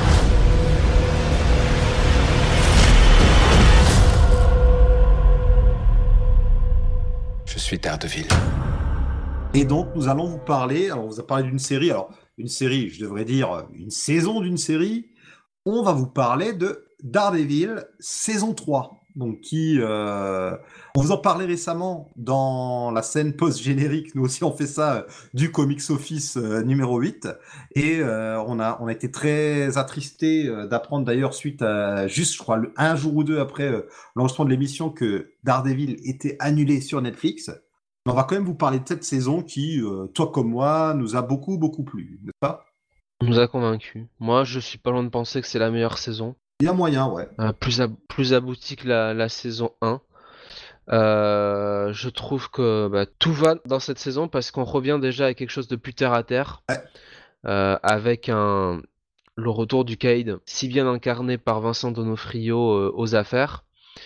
Je suis Daredevil. Et donc, nous allons vous parler, alors on vous a parlé d'une série, alors une série, je devrais dire une saison d'une série, on va vous parler de Daredevil saison 3, donc on vous en parlait récemment dans la scène post-générique, nous aussi on fait ça du Comics Office numéro 8, et on a été très attristés d'apprendre d'ailleurs suite à juste, je crois, un jour ou deux après l'enregistrement de l'émission que Daredevil était annulé sur Netflix. On va quand même vous parler de cette saison qui, toi comme moi, nous a beaucoup, beaucoup plu, n'est-ce pas? On nous a convaincus. Moi, je suis pas loin de penser que c'est la meilleure saison. Il y a moyen, ouais. Plus aboutie que la saison 1. Je trouve que tout va dans cette saison parce qu'on revient déjà à quelque chose de plus terre à terre. Ouais. Avec le retour du Cade, si bien incarné par Vincent D'Onofrio aux affaires.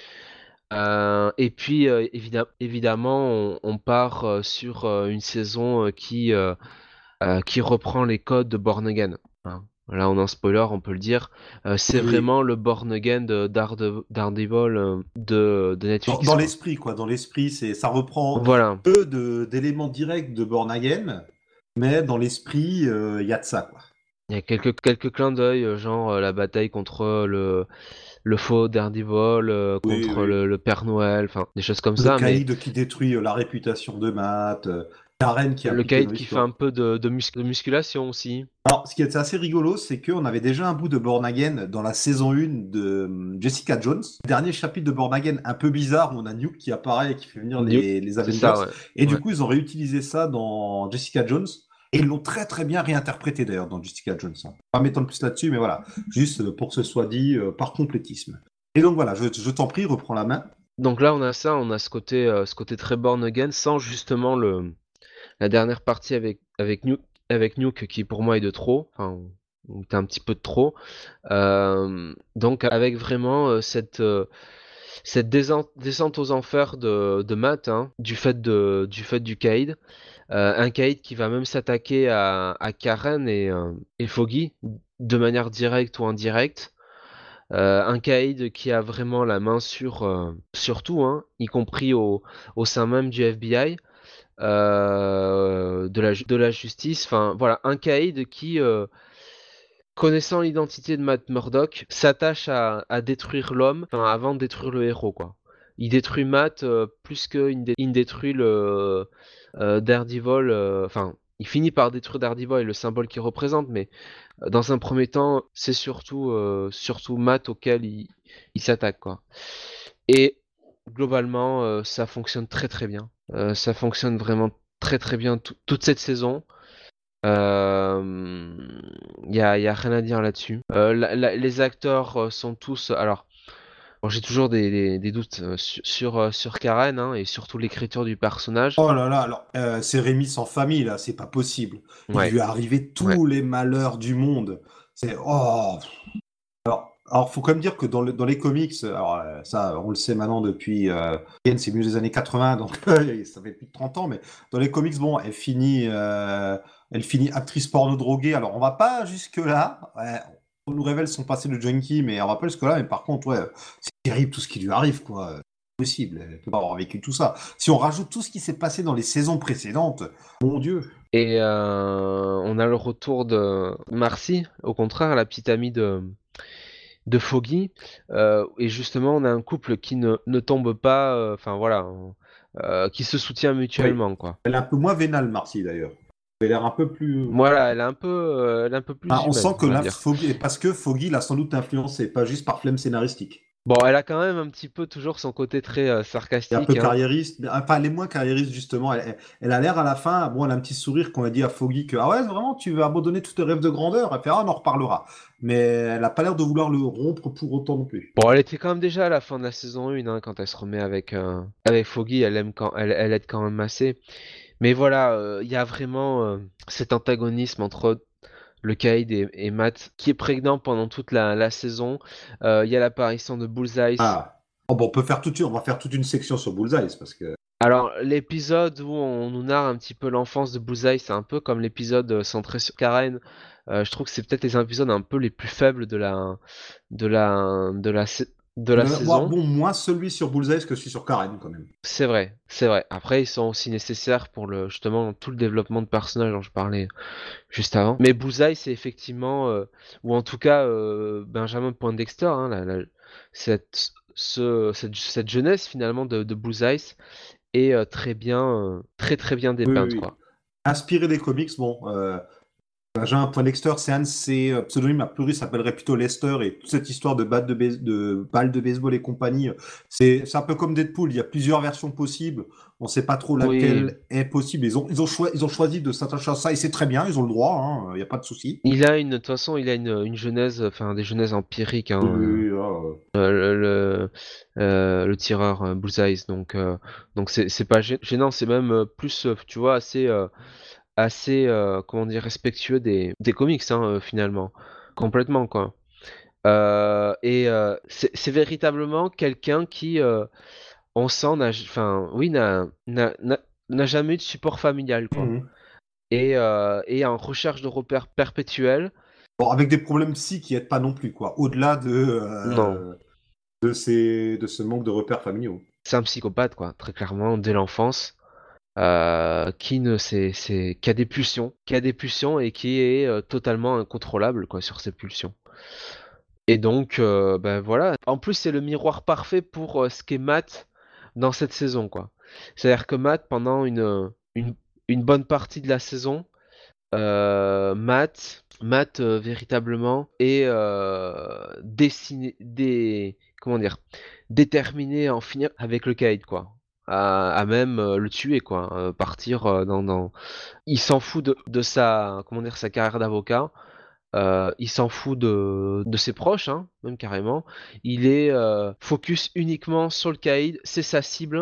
Et puis, évidemment, on part sur une saison qui reprend les codes de Born Again, hein. Là, on a un spoiler, on peut le dire. C'est Oui. vraiment le Born Again de Daredevil de Netflix, Dans quoi. l'esprit, quoi. Dans l'esprit, ça reprend Voilà. peu d'éléments directs de Born Again, mais dans l'esprit, il y a de ça, quoi. Il y a quelques clins d'œil, genre la bataille contre le faux Daredevil, Oui, contre oui. le Père Noël, enfin, des choses comme Le ça, mais caïd qui détruit la réputation de Matt, Karen qui est le impliquée Cade dans qui fait l'histoire. un peu de musculation aussi. Alors, ce qui est assez rigolo, c'est qu'on avait déjà un bout de Born Again dans la saison 1 de Jessica Jones. Dernier chapitre de Born Again un peu bizarre, où on a Nuke qui apparaît et qui fait venir Nuke, les c'est Avengers. ça, ouais. Et du Ouais. coup, ils ont réutilisé ça dans Jessica Jones. Et ils l'ont très très bien réinterprété d'ailleurs dans Jessica Jones, hein. Pas m'étendre plus là-dessus, mais voilà. Juste pour que ce soit dit par complétisme. Et donc voilà, je t'en prie, reprends la main. Donc là, on a ça, on a ce côté très Born Again, sans justement la dernière partie avec Nuke qui pour moi est de trop, enfin, où t'as un petit peu de trop. Donc avec vraiment cette descente aux enfers de Matt, hein, du fait du Cade. Un Cade qui va même s'attaquer à Karen et Foggy de manière directe ou indirecte. Un Cade qui a vraiment la main sur tout, hein, y compris au sein même du FBI, de la justice. Enfin voilà, un Cade qui, connaissant l'identité de Matt Murdock, s'attache à détruire l'homme, enfin, avant de détruire le héros, quoi. Il détruit Matt plus qu'il ne détruit le Daredevil. Enfin, il finit par détruire Daredevil et le symbole qu'il représente, mais dans un premier temps, c'est surtout Matt auquel il s'attaque, quoi. Et globalement, ça fonctionne très très bien. Ça fonctionne vraiment très très bien toute cette saison. Y a rien à dire là-dessus. Les acteurs sont tous. Alors, bon, j'ai toujours des doutes sur Karen, hein, et surtout l'écriture du personnage. Oh là là, alors, c'est Rémi sans famille, là, c'est pas possible. Il Ouais, lui est arrivé ouais. tous les malheurs du monde. C'est. Oh! Alors, Alors, faut quand même dire que dans les comics, alors ça, on le sait maintenant depuis. Yen, c'est mieux des années 80, donc ça fait plus de 30 ans, mais dans les comics, bon, elle finit actrice porno droguée. Alors, on va pas jusque-là. Ouais, on nous révèle son passé de junkie, mais on va pas jusque-là. Mais par contre, ouais, c'est terrible tout ce qui lui arrive, quoi. C'est possible, elle peut pas avoir vécu tout ça. Si on rajoute tout ce qui s'est passé dans les saisons précédentes, mon Dieu. Et on a le retour de Marcy, au contraire, la petite amie de Foggy. Et justement, on a un couple qui ne tombe pas, enfin voilà, qui se soutient Oui. mutuellement, quoi. Elle est un peu moins vénale, Marcy, d'ailleurs. Elle a l'air un peu plus. Voilà, elle est un peu plus On humaine, sent que on va là, dire. Parce que Foggy l'a sans doute influencé, pas juste par flemme scénaristique. Bon, elle a quand même un petit peu toujours son côté très Elle est un peu sarcastique, hein. carriériste, mais enfin, elle est moins carriériste, justement. Elle a l'air à la fin, bon, elle a un petit sourire qu'on a dit à Foggy que, ah ouais, vraiment, tu veux abandonner tous tes rêves de grandeur. Elle fait, ah, on en reparlera. Mais elle n'a pas l'air de vouloir le rompre pour autant non plus. Bon, elle était quand même déjà à la fin de la saison 1, hein, quand elle se remet avec Foggy, elle aide quand même assez. Mais voilà, il y a vraiment cet antagonisme entre le Caïd et Matt qui est prégnant pendant toute la saison. Il y a l'apparition de Bullseye. Ah. Oh, bon, on va faire toute une section sur Bullseye, parce que. Alors, l'épisode où on nous narre un petit peu l'enfance de Bullseye, c'est un peu comme l'épisode centré sur Karen. Je trouve que c'est peut-être les épisodes un peu les plus faibles de la, de la, sa- de la saison. Bon, moins celui sur Bullseye que celui sur Karen, quand même. C'est vrai, c'est vrai. Après, ils sont aussi nécessaires pour justement tout le développement de personnages dont je parlais juste avant. Mais Bullseye, c'est effectivement, ou en tout cas Benjamin Poindexter, hein, cette jeunesse finalement de Bullseye est très bien, très bien Oui, oui, dépeinte, oui. quoi. Inspiré des comics, bon, Benjamin Poindexter, c'est un de ses pseudonymes. A priori, s'appellerait plutôt Lester. Et toute cette histoire de balles de baseball et compagnie, c'est un peu comme Deadpool. Il y a plusieurs versions possibles. On ne sait pas trop Oui, laquelle est possible. Ils ont choisi de s'attacher à ça et c'est très bien. Ils ont le droit. Il n'y a pas de souci. de toute façon, il a une genèse, enfin des genèses empiriques, Oui, hein, oui, oui, le tireur Bullseye. Donc c'est pas gênant, c'est même plus, tu vois, assez comment dire, respectueux des comics, hein, finalement. Complètement, quoi. C'est véritablement quelqu'un qui, on sent, enfin, oui, n'a jamais eu de support familial, quoi. Mhm. Et en recherche de repères perpétuels. Bon, avec des problèmes psy qui aident pas non plus, quoi. Au-delà Non, de ce manque de repères familiaux. c'est un psychopathe, quoi, très clairement, dès l'enfance. Qui a des pulsions et qui est totalement incontrôlable quoi sur ses pulsions. Et donc ben voilà. En plus c'est le miroir parfait pour ce qu'est Matt dans cette saison quoi. C'est-à-dire que Matt pendant une bonne partie de la saison, Matt véritablement est comment dire, déterminé à en finir avec le Kaïd quoi. À même le tuer quoi, partir il s'en fout de sa comment dire sa carrière d'avocat, il s'en fout de ses proches hein, même carrément. Il est focus uniquement sur le Kaïd, c'est sa cible.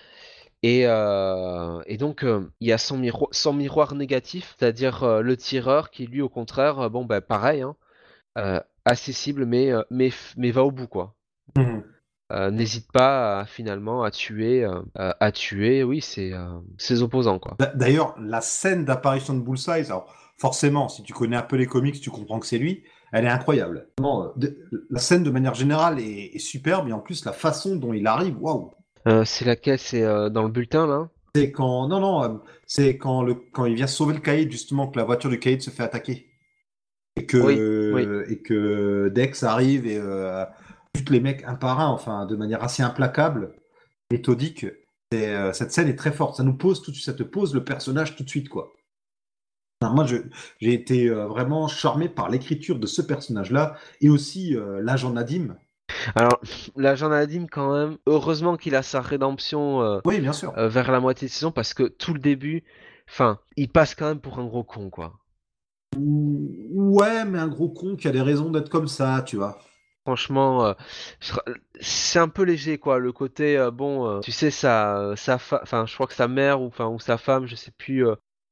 Et donc, il y a son miroir négatif, c'est-à-dire le tireur qui, lui, au contraire, bon, bah, pareil, hein, accessible, mais va au bout, quoi. Mhm. N'hésite pas finalement à tuer, oui, ses opposants, quoi. D'ailleurs, la scène d'apparition de Bullseye, alors forcément, si tu connais un peu les comics, tu comprends que c'est lui, elle est incroyable. Vraiment, la scène de manière générale est superbe, et en plus, la façon dont il arrive, waouh! C'est laquelle? C'est dans le bulletin, là? C'est quand, non, non, c'est quand il vient sauver le caïd, justement, que la voiture du caïd se fait attaquer. Oui, oui. Et que Dex arrive et bute les mecs un par un, enfin, de manière assez implacable, méthodique. Cette scène est très forte. Ça te pose le personnage tout de suite, quoi. Enfin, j'ai été vraiment charmé par l'écriture de ce personnage-là et aussi l'agent Nadim. Alors, l'agent Nadim, quand même, heureusement qu'il a sa rédemption Oui, bien sûr. vers la moitié de saison, parce que tout le début, enfin, il passe quand même pour un gros con, quoi. Ouais, mais un gros con qui a des raisons d'être comme ça, tu vois. Franchement, je- c'est un peu léger, quoi. Le côté, bon, tu sais, enfin, je crois que sa mère ou sa femme, je sais plus,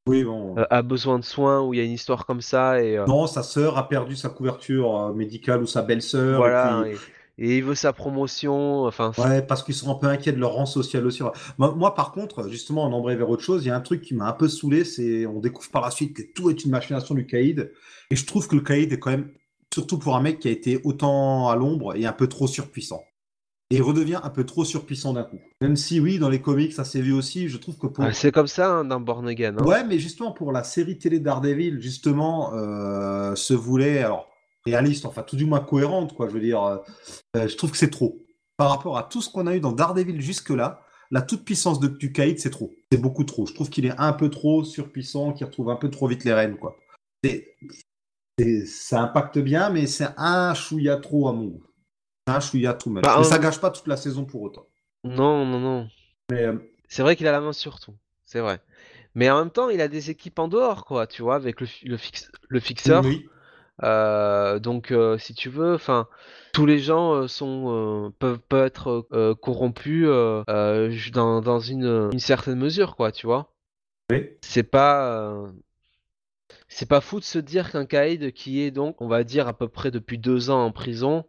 Oui, bon. a besoin de soins, où il y a une histoire comme ça, et Non, sa sœur a perdu sa couverture médicale ou sa belle-sœur, et voilà, puis hein, et il veut sa promotion, enfin, ouais, parce qu'ils sont un peu inquiets de leur rang social aussi. Moi, par contre, justement, en embrayant vers autre chose, il y a un truc qui m'a un peu saoulé, c'est on découvre par la suite que tout est une machination du caïd, et je trouve que le caïd est quand même, surtout pour un mec qui a été autant à l'ombre, et un peu trop surpuissant. Et il redevient un peu trop surpuissant d'un coup. Même si, oui, dans les comics, ça s'est vu aussi, je trouve que pour... c'est comme ça, hein, dans Born Again, hein. Ouais, mais justement, pour la série télé Daredevil, justement, se voulait, alors, réaliste, enfin, tout du moins cohérente, quoi, je veux dire, je trouve que c'est trop. Par rapport à tout ce qu'on a eu dans Daredevil jusque-là, la toute-puissance du Caïd, c'est trop. C'est beaucoup trop. Je trouve qu'il est un peu trop surpuissant, qu'il retrouve un peu trop vite les rênes, quoi. C'est- ça impacte bien, mais c'est un chouïa trop à mon goût. Un chouïa too much. Bah, Mais ça gâche pas toute la saison pour autant. non, non, non. Mais C'est vrai qu'il a la main sur tout, c'est vrai. Mais en même temps, il a des équipes en dehors, quoi, tu vois, avec le fixeur. oui, Donc, si tu veux, enfin, tous les gens peuvent être corrompus dans une certaine mesure, quoi, tu vois. oui. C'est pas, c'est pas fou de se dire qu'un caïd qui est donc, on va dire, à peu près depuis 2 ans en prison,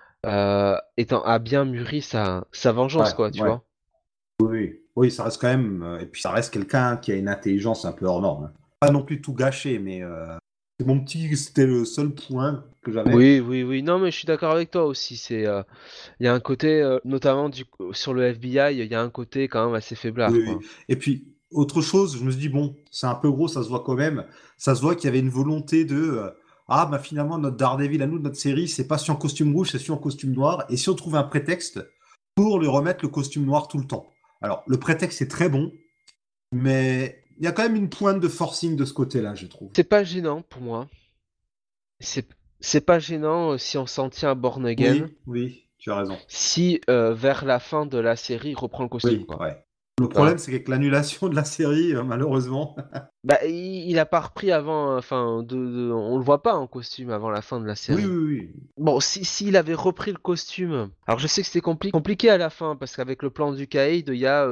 a bien mûri sa Ouais, vengeance, quoi, tu ouais. vois. Oui, oui, ça reste quand même. Et puis ça reste quelqu'un qui a une intelligence un peu hors norme, hein. Pas non plus tout gâché, mais c'était le seul point que j'avais. Oui, oui, oui. Non, mais je suis d'accord avec toi aussi. Il y a un côté, notamment sur le FBI, il y a un côté quand même assez Oui, faiblard, oui. quoi. Et puis, autre chose, je me suis dit, bon, c'est un peu gros, ça se voit quand même. Ça se voit qu'il y avait une volonté de. Ah, bah finalement, notre Daredevil à nous, notre série, c'est pas sur en costume rouge, c'est sur en costume noir. Et si on trouve un prétexte pour lui remettre le costume noir tout le temps. Alors, le prétexte est très bon, mais il y a quand même une pointe de forcing de ce côté-là, je trouve. C'est pas gênant pour moi. C'est c'est pas gênant si on s'en tient à Born Again, Oui, oui, tu as raison. si vers la fin de la série, il reprend le costume, Oui, quoi. ouais. Le Tu vois. problème, c'est qu'avec l'annulation de la série, malheureusement. Bah, il a pas repris avant, enfin, on le voit pas en costume avant la fin de la Oui, série. oui, oui. Bon, s'il avait repris le costume, alors je sais que c'était compliqué à la fin parce qu'avec le plan du Kaïd, il y a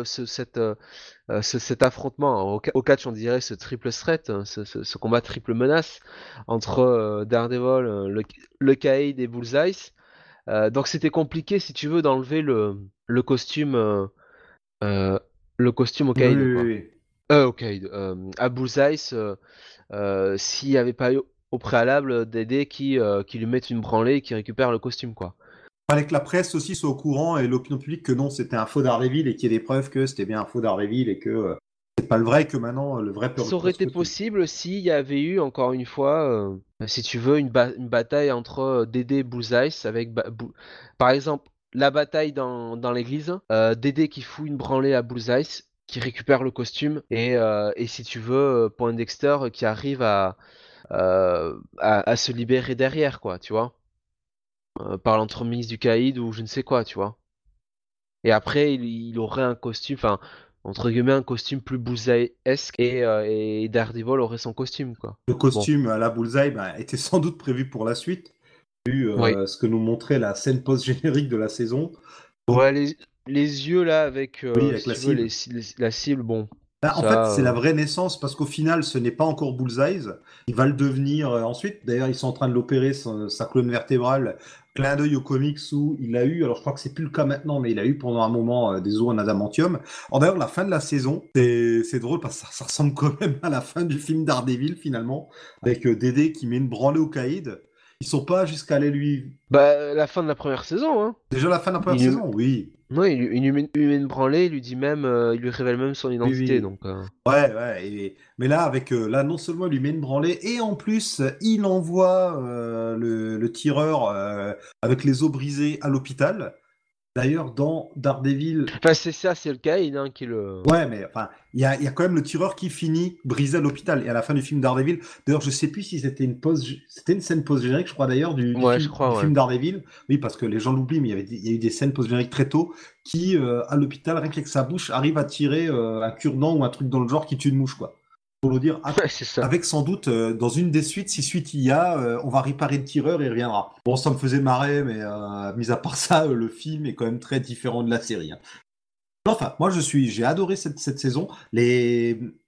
cet affrontement. Au catch, on dirait ce triple threat, hein, ce combat triple menace entre Daredevil, le Kaïd et Bullseye. Donc c'était compliqué, si tu veux, d'enlever le costume, euh, le costume au Oui, oui, Kaïd, quoi. oui. Au Kaïd, à Bullseye, s'il n'y avait pas eu au préalable d'aider qui lui mettent une branlée et qui récupère le costume, quoi. Fallait que la presse aussi soit au courant et l'opinion publique que non, c'était un faux Daredevil et qu'il y ait des preuves que c'était bien un faux Daredevil et que c'est pas le vrai, que maintenant le vrai peut Ça reprendre aurait ce été costume. possible s'il y avait eu, encore une fois, si tu veux, une bataille entre Dédé et Bullseye, par exemple, la bataille dans l'église, Dédé qui fout une branlée à Bullseye, qui récupère le costume, et si tu veux, Poindexter qui arrive à se libérer derrière, quoi, tu vois, par l'entremise du caïd ou je ne sais quoi, tu vois. Et après, il aurait un costume, enfin, entre guillemets, un costume plus Bullseye-esque et Daredevil aurait son costume, quoi. Le Bon, costume à la Bullseye était sans doute prévu pour la suite, vu oui. ce que nous montrait la scène post-générique de la saison. Ouais, Donc, les yeux là, avec, oui, avec si la tu veux, cible. la cible, bon, Bah, en fait, ça. c'est la vraie naissance parce qu'au final, ce n'est pas encore Bullseye. Il va le devenir ensuite. D'ailleurs, ils sont en train de l'opérer, sa colonne vertébrale. Clin d'œil aux comics où il a eu, alors je crois que c'est plus le cas maintenant, mais il a eu pendant un moment des os en adamantium. Alors d'ailleurs, la fin de la saison, c'est drôle parce que ça ressemble quand même à la fin du film Daredevil finalement, avec Dédé qui met une branlée au caïd. Ils sont pas jusqu'à aller lui. Bah, la fin de la première saison, hein. Déjà la fin de la première Il lui, saison, oui. ouais, il lui met une branlée, il lui dit même, il lui révèle même son Oui, identité, oui. donc. Ouais, ouais. Mais là, avec là, non seulement il lui met une branlée, et en plus, il envoie le tireur avec les os brisés à l'hôpital. D'ailleurs, dans Daredevil, Enfin, c'est ça, c'est le Kaïd, hein, qui le. ouais, mais enfin, il y a quand même le tireur qui finit brisé à l'hôpital. Et à la fin du film Daredevil, d'ailleurs, je sais plus si c'était c'était une scène post-générique, je crois d'ailleurs, du Ouais, je film, du crois, ouais. film Daredevil. Oui, parce que les gens l'oublient, mais il y a eu des scènes post-génériques très tôt qui, à l'hôpital, rien qu'avec sa bouche, arrive à tirer un cure-dent ou un truc dans le genre qui tue une mouche, quoi. Pour nous dire, Ouais, c'est ça. avec sans doute, dans une des suites, si suite il y a, on va réparer le tireur et il reviendra. Bon, ça me faisait marrer, mais mis à part ça, le film est quand même très différent de la série, hein. Enfin, moi j'ai adoré cette saison.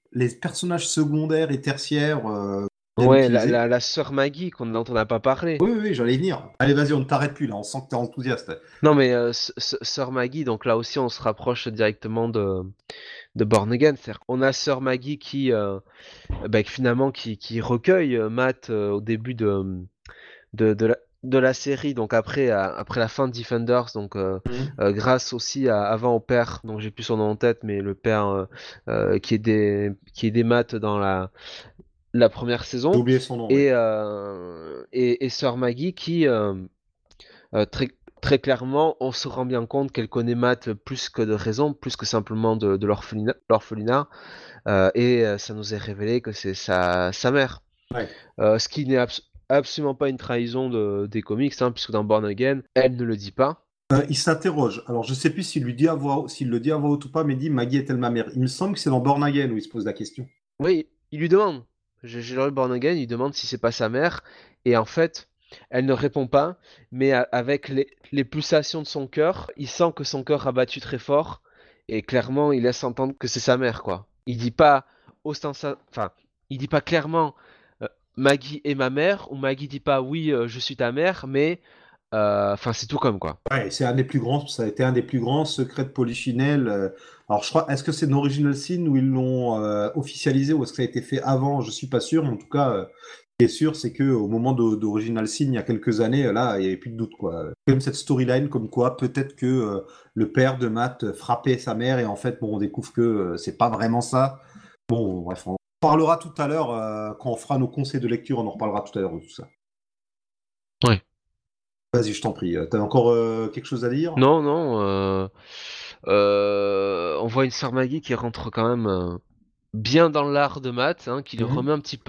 les personnages secondaires et tertiaires bien Ouais, utilisés. la sœur Maggie dont on n'a pas parlé. Oui, j'allais y venir. Allez, vas-y, on ne t'arrête plus là, on sent que t'es enthousiaste. Non, mais sœur Maggie, donc là aussi on se rapproche directement de Born Again. C'est-à-dire qu'on a sœur Maggie finalement qui recueille Matt au début de la série, donc après la fin de Defenders, donc grâce aussi avant au père, donc j'ai plus son nom en tête, mais le père qui aidait Matt dans la première J'ai saison, oublié son nom. et, Ouais. et Sœur Maggie qui très très clairement, on se rend bien compte qu'elle connaît Matt plus que de raison, plus que simplement de l'orphelinat, et ça nous est révélé que c'est sa mère. Ouais. Ce qui n'est absolument pas une trahison des comics, hein, puisque dans Born Again, elle ne le dit pas. Il s'interroge. Alors, je sais plus s'il le dit à voix haute ou pas, mais il dit Maggie est-elle ma mère? Il me semble que c'est dans Born Again où il se pose la question. Oui, il lui demande. J'ai lu Born Again, il lui demande si c'est pas sa mère, et en fait, elle ne répond pas, mais avec les pulsations de son cœur, il sent que son cœur a battu très fort, et clairement, il laisse entendre que c'est sa mère, quoi. Il dit pas enfin, il dit pas clairement Maggie est ma mère, ou Maggie dit pas oui, je suis ta mère, mais enfin, c'est tout comme quoi. Ouais, c'est un des plus grands, ça a été un des plus grands secrets de Polichinelle. Alors, je crois, est-ce que c'est une original scene où ils l'ont officialisé ou est-ce que ça a été fait avant? Je suis pas sûr, mais en tout cas, ce qui est sûr, c'est que au moment d'original scene, il y a quelques années, là, il y avait plus de doute, quoi. Comme cette storyline, comme quoi peut-être que le père de Matt frappait sa mère et en fait, bon, on découvre que c'est pas vraiment ça. Bon, bref, on parlera tout à l'heure quand on fera nos conseils de lecture, on en reparlera tout à l'heure de tout ça. Ouais. Vas-y, je t'en prie. T'as encore quelque chose à dire? Non, non. On voit une sœur Maggie qui rentre quand même bien dans l'art de maths, hein, qui le Mhm. remet un petit peu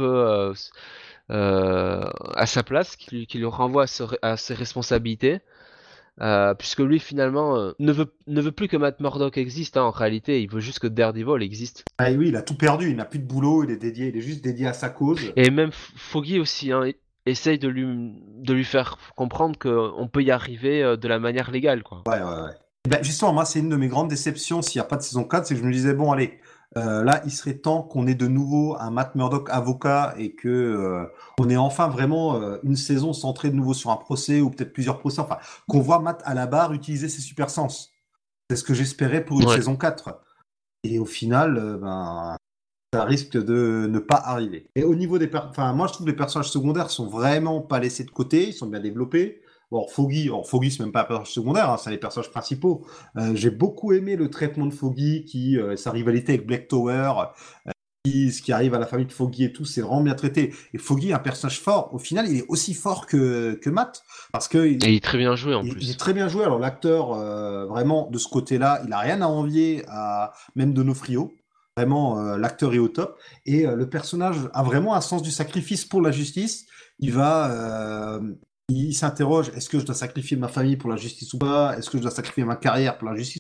à sa place, qui le renvoie à ses responsabilités, puisque lui finalement ne veut plus que Matt Murdock existe, hein, en réalité, il veut juste que Daredevil existe. Ah oui, il a tout perdu, il n'a plus de boulot, il est juste dédié à sa cause. Et même Foggy aussi, hein, essaye de lui faire comprendre qu'on peut y arriver de la manière légale, quoi. Ouais. Et ben, justement, moi, c'est une de mes grandes déceptions s'il n'y a pas de saison 4, c'est que je me disais, bon, allez, là, il serait temps qu'on ait de nouveau un Matt Murdock avocat et que on ait enfin vraiment une saison centrée de nouveau sur un procès ou peut-être plusieurs procès, enfin, qu'on voit Matt à la barre utiliser ses super sens. C'est ce que j'espérais pour une Ouais. saison 4. Et au final, ça risque de ne pas arriver. Et au niveau enfin, moi je trouve que les personnages secondaires sont vraiment pas laissés de côté, ils sont bien développés. Bon, Foggy, c'est même pas un personnage secondaire, hein, c'est les personnages principaux. J'ai beaucoup aimé le traitement de Foggy, sa rivalité avec Black Tower, ce qui arrive à la famille de Foggy et tout, c'est vraiment bien traité. Et Foggy est un personnage fort. Au final, il est aussi fort que Matt, parce que Et il est très bien joué en il plus. est très bien joué. Alors l'acteur, vraiment, de ce côté-là, il a rien à envier à même Donofrio. Vraiment, l'acteur est au top. Et le personnage a vraiment un sens du sacrifice pour la justice. Il s'interroge, est-ce que je dois sacrifier ma famille pour la justice ou pas? Est-ce que je dois sacrifier ma carrière pour la justice?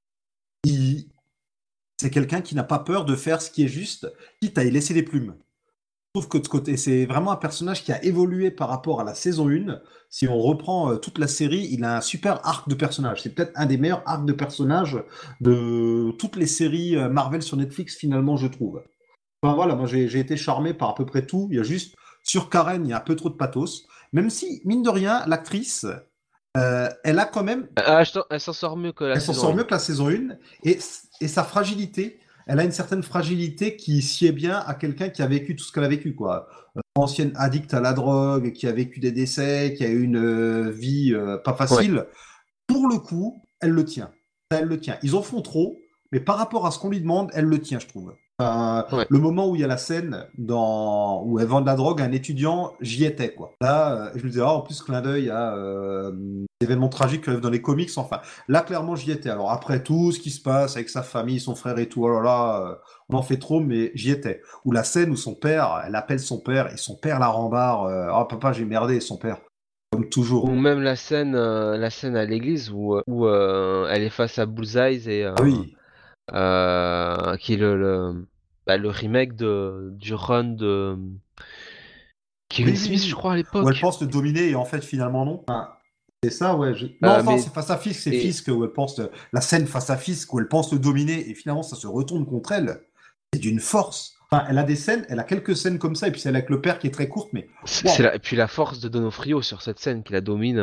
C'est quelqu'un qui n'a pas peur de faire ce qui est juste, quitte à y laisser des plumes. Je trouve que de ce côté, c'est vraiment un personnage qui a évolué par rapport à la saison 1. Si on reprend toute la série, il a un super arc de personnage. C'est peut-être un des meilleurs arcs de personnage de toutes les séries Marvel sur Netflix, finalement, je trouve. Enfin voilà, moi j'ai été charmé par à peu près tout. Il y a juste, sur Karen, il y a un peu trop de pathos. Même si, mine de rien, l'actrice, elle a quand même Elle s'en sort mieux que la elle s'en saison sort 1. mieux que la saison 1 et sa fragilité, elle a une certaine fragilité qui sied bien à quelqu'un qui a vécu tout ce qu'elle a vécu, quoi. Ancienne addict à la drogue, qui a vécu des décès, qui a eu une vie pas facile. Ouais. Pour le coup, elle le tient. Elle le tient. Ils en font trop, mais par rapport à ce qu'on lui demande, elle le tient, je trouve. Ouais. Le moment où il y a la scène où elle vend de la drogue à un étudiant, j'y étais, quoi. Là, je me disais, en plus, clin d'œil à événements tragiques qui arrivent dans les comics, enfin. Là, clairement, j'y étais. Alors, après tout ce qui se passe avec sa famille, son frère et tout, oh là là, on en fait trop, mais j'y étais. Ou la scène où son père, elle appelle son père, et son père la rembarre, oh papa, j'ai merdé, son père. Comme toujours. Ou même la scène à l'église où elle est face à Bullseye et oui. Qui est le remake du run de Kevin Smith, je crois, à l'époque. Où elle pense le dominer et en fait, finalement, non. C'est ça, ouais. Non, c'est face à Fisk, c'est Fisk où elle pense la scène face à Fisk où elle pense le dominer et finalement ça se retourne contre elle. C'est d'une force. Enfin, elle a des scènes, elle a quelques scènes comme ça, et puis celle avec le père qui est très courte, mais Et puis la force de Donofrio sur cette scène qui la domine,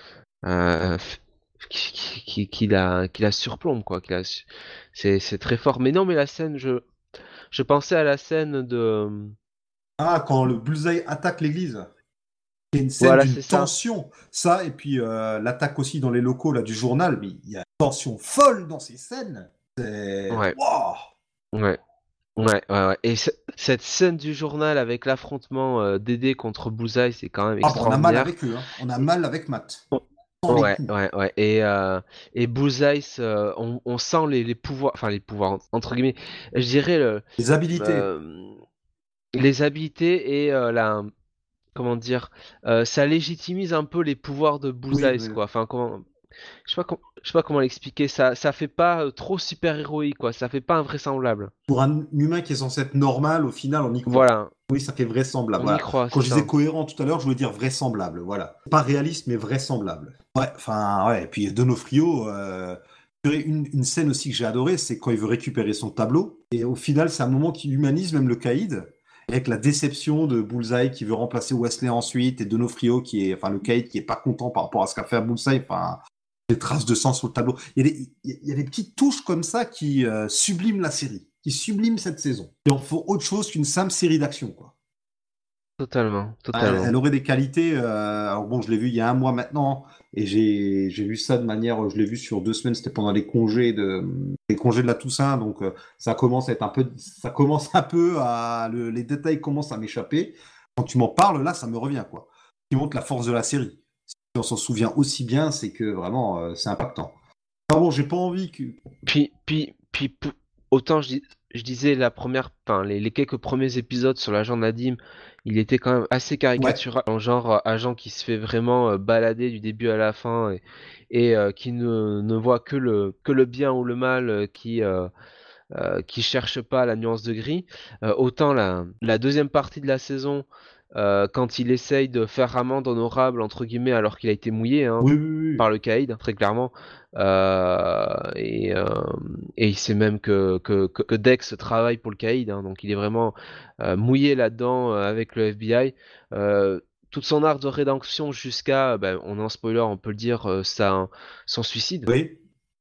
f- qui la surplombe, quoi. C'est très fort. Mais non, mais la scène, je pensais à la scène de. ah, quand le Bullseye attaque l'église, il y a une scène Voilà, d'une c'est ça. tension. Ça, et puis l'attaque aussi dans les locaux là, du journal, mais il y a une tension folle dans ces scènes. C'est. Ouais, Waouh. ouais. Ouais. Et cette scène du journal avec l'affrontement Dédé contre Bullseye, c'est quand même Ah, bah, on a mal extraordinaire. avec eux, hein. On a mal avec Matt. Oh, Sans les ouais, coups. ouais, ouais. Et Bullseye, on sent les pouvoirs, enfin les pouvoirs, entre guillemets, je dirais Les habilités. euh, les habilités et comment dire, ça légitimise un peu les pouvoirs de Oui, Bullseye, oui. quoi. Enfin, je sais pas comment l'expliquer. Ça fait pas trop super-héroïque, quoi. Ça fait pas invraisemblable. Pour un humain qui est censé être normal, au final, on y croit. Voilà, Oui, ça fait vraisemblable. on y Voilà. croit, Quand c'est je disais ça. cohérent tout à l'heure, je voulais dire vraisemblable. Voilà. Pas réaliste, mais vraisemblable. Ouais, enfin, ouais. Et puis Donofrio, une scène aussi que j'ai adorée, c'est quand il veut récupérer son tableau. Et au final, c'est un moment qui humanise même le caïd. Avec la déception de Bullseye qui veut remplacer Wesley ensuite, et Donofrio qui est, enfin, le caïd qui est pas content par rapport à ce qu'a fait à Bullseye. Enfin, des traces de sang sur le tableau. Il y a des petites touches comme ça qui subliment la série, qui subliment cette saison. Et en font autre chose qu'une simple série d'action, quoi. Totalement, Elle totalement. aurait des qualités. Alors bon, je l'ai vu il y a un mois maintenant, et j'ai vu ça de manière. Je l'ai vu sur 2 semaines. C'était pendant les congés de la Toussaint, donc ça commence à être un peu, ça commence un peu à, les détails commencent à m'échapper. Quand tu m'en parles, là, ça me revient, quoi. Ce qui montre la force de la série. Si on s'en souvient aussi bien, c'est que vraiment, c'est impactant. Ah bon, j'ai pas envie que. Puis, autant je disais enfin, les quelques premiers épisodes sur l'agent Nadim, il était quand même assez Ouais, caricatural, en genre agent qui se fait vraiment balader du début à la fin et qui ne voit que le bien ou le mal, qui cherche pas la nuance de gris. Autant la deuxième partie de la saison, quand il essaye de faire amende honorable, entre guillemets, alors qu'il a été mouillé hein, oui, oui, par oui. le caïd, très clairement. Euh, et, euh, et il sait même que Dex travaille pour le caïd, hein, donc il est vraiment mouillé là-dedans avec le FBI. Euh, Toute son arc de rédemption jusqu'à, ben, on est en spoiler, on peut le dire, son suicide, Oui.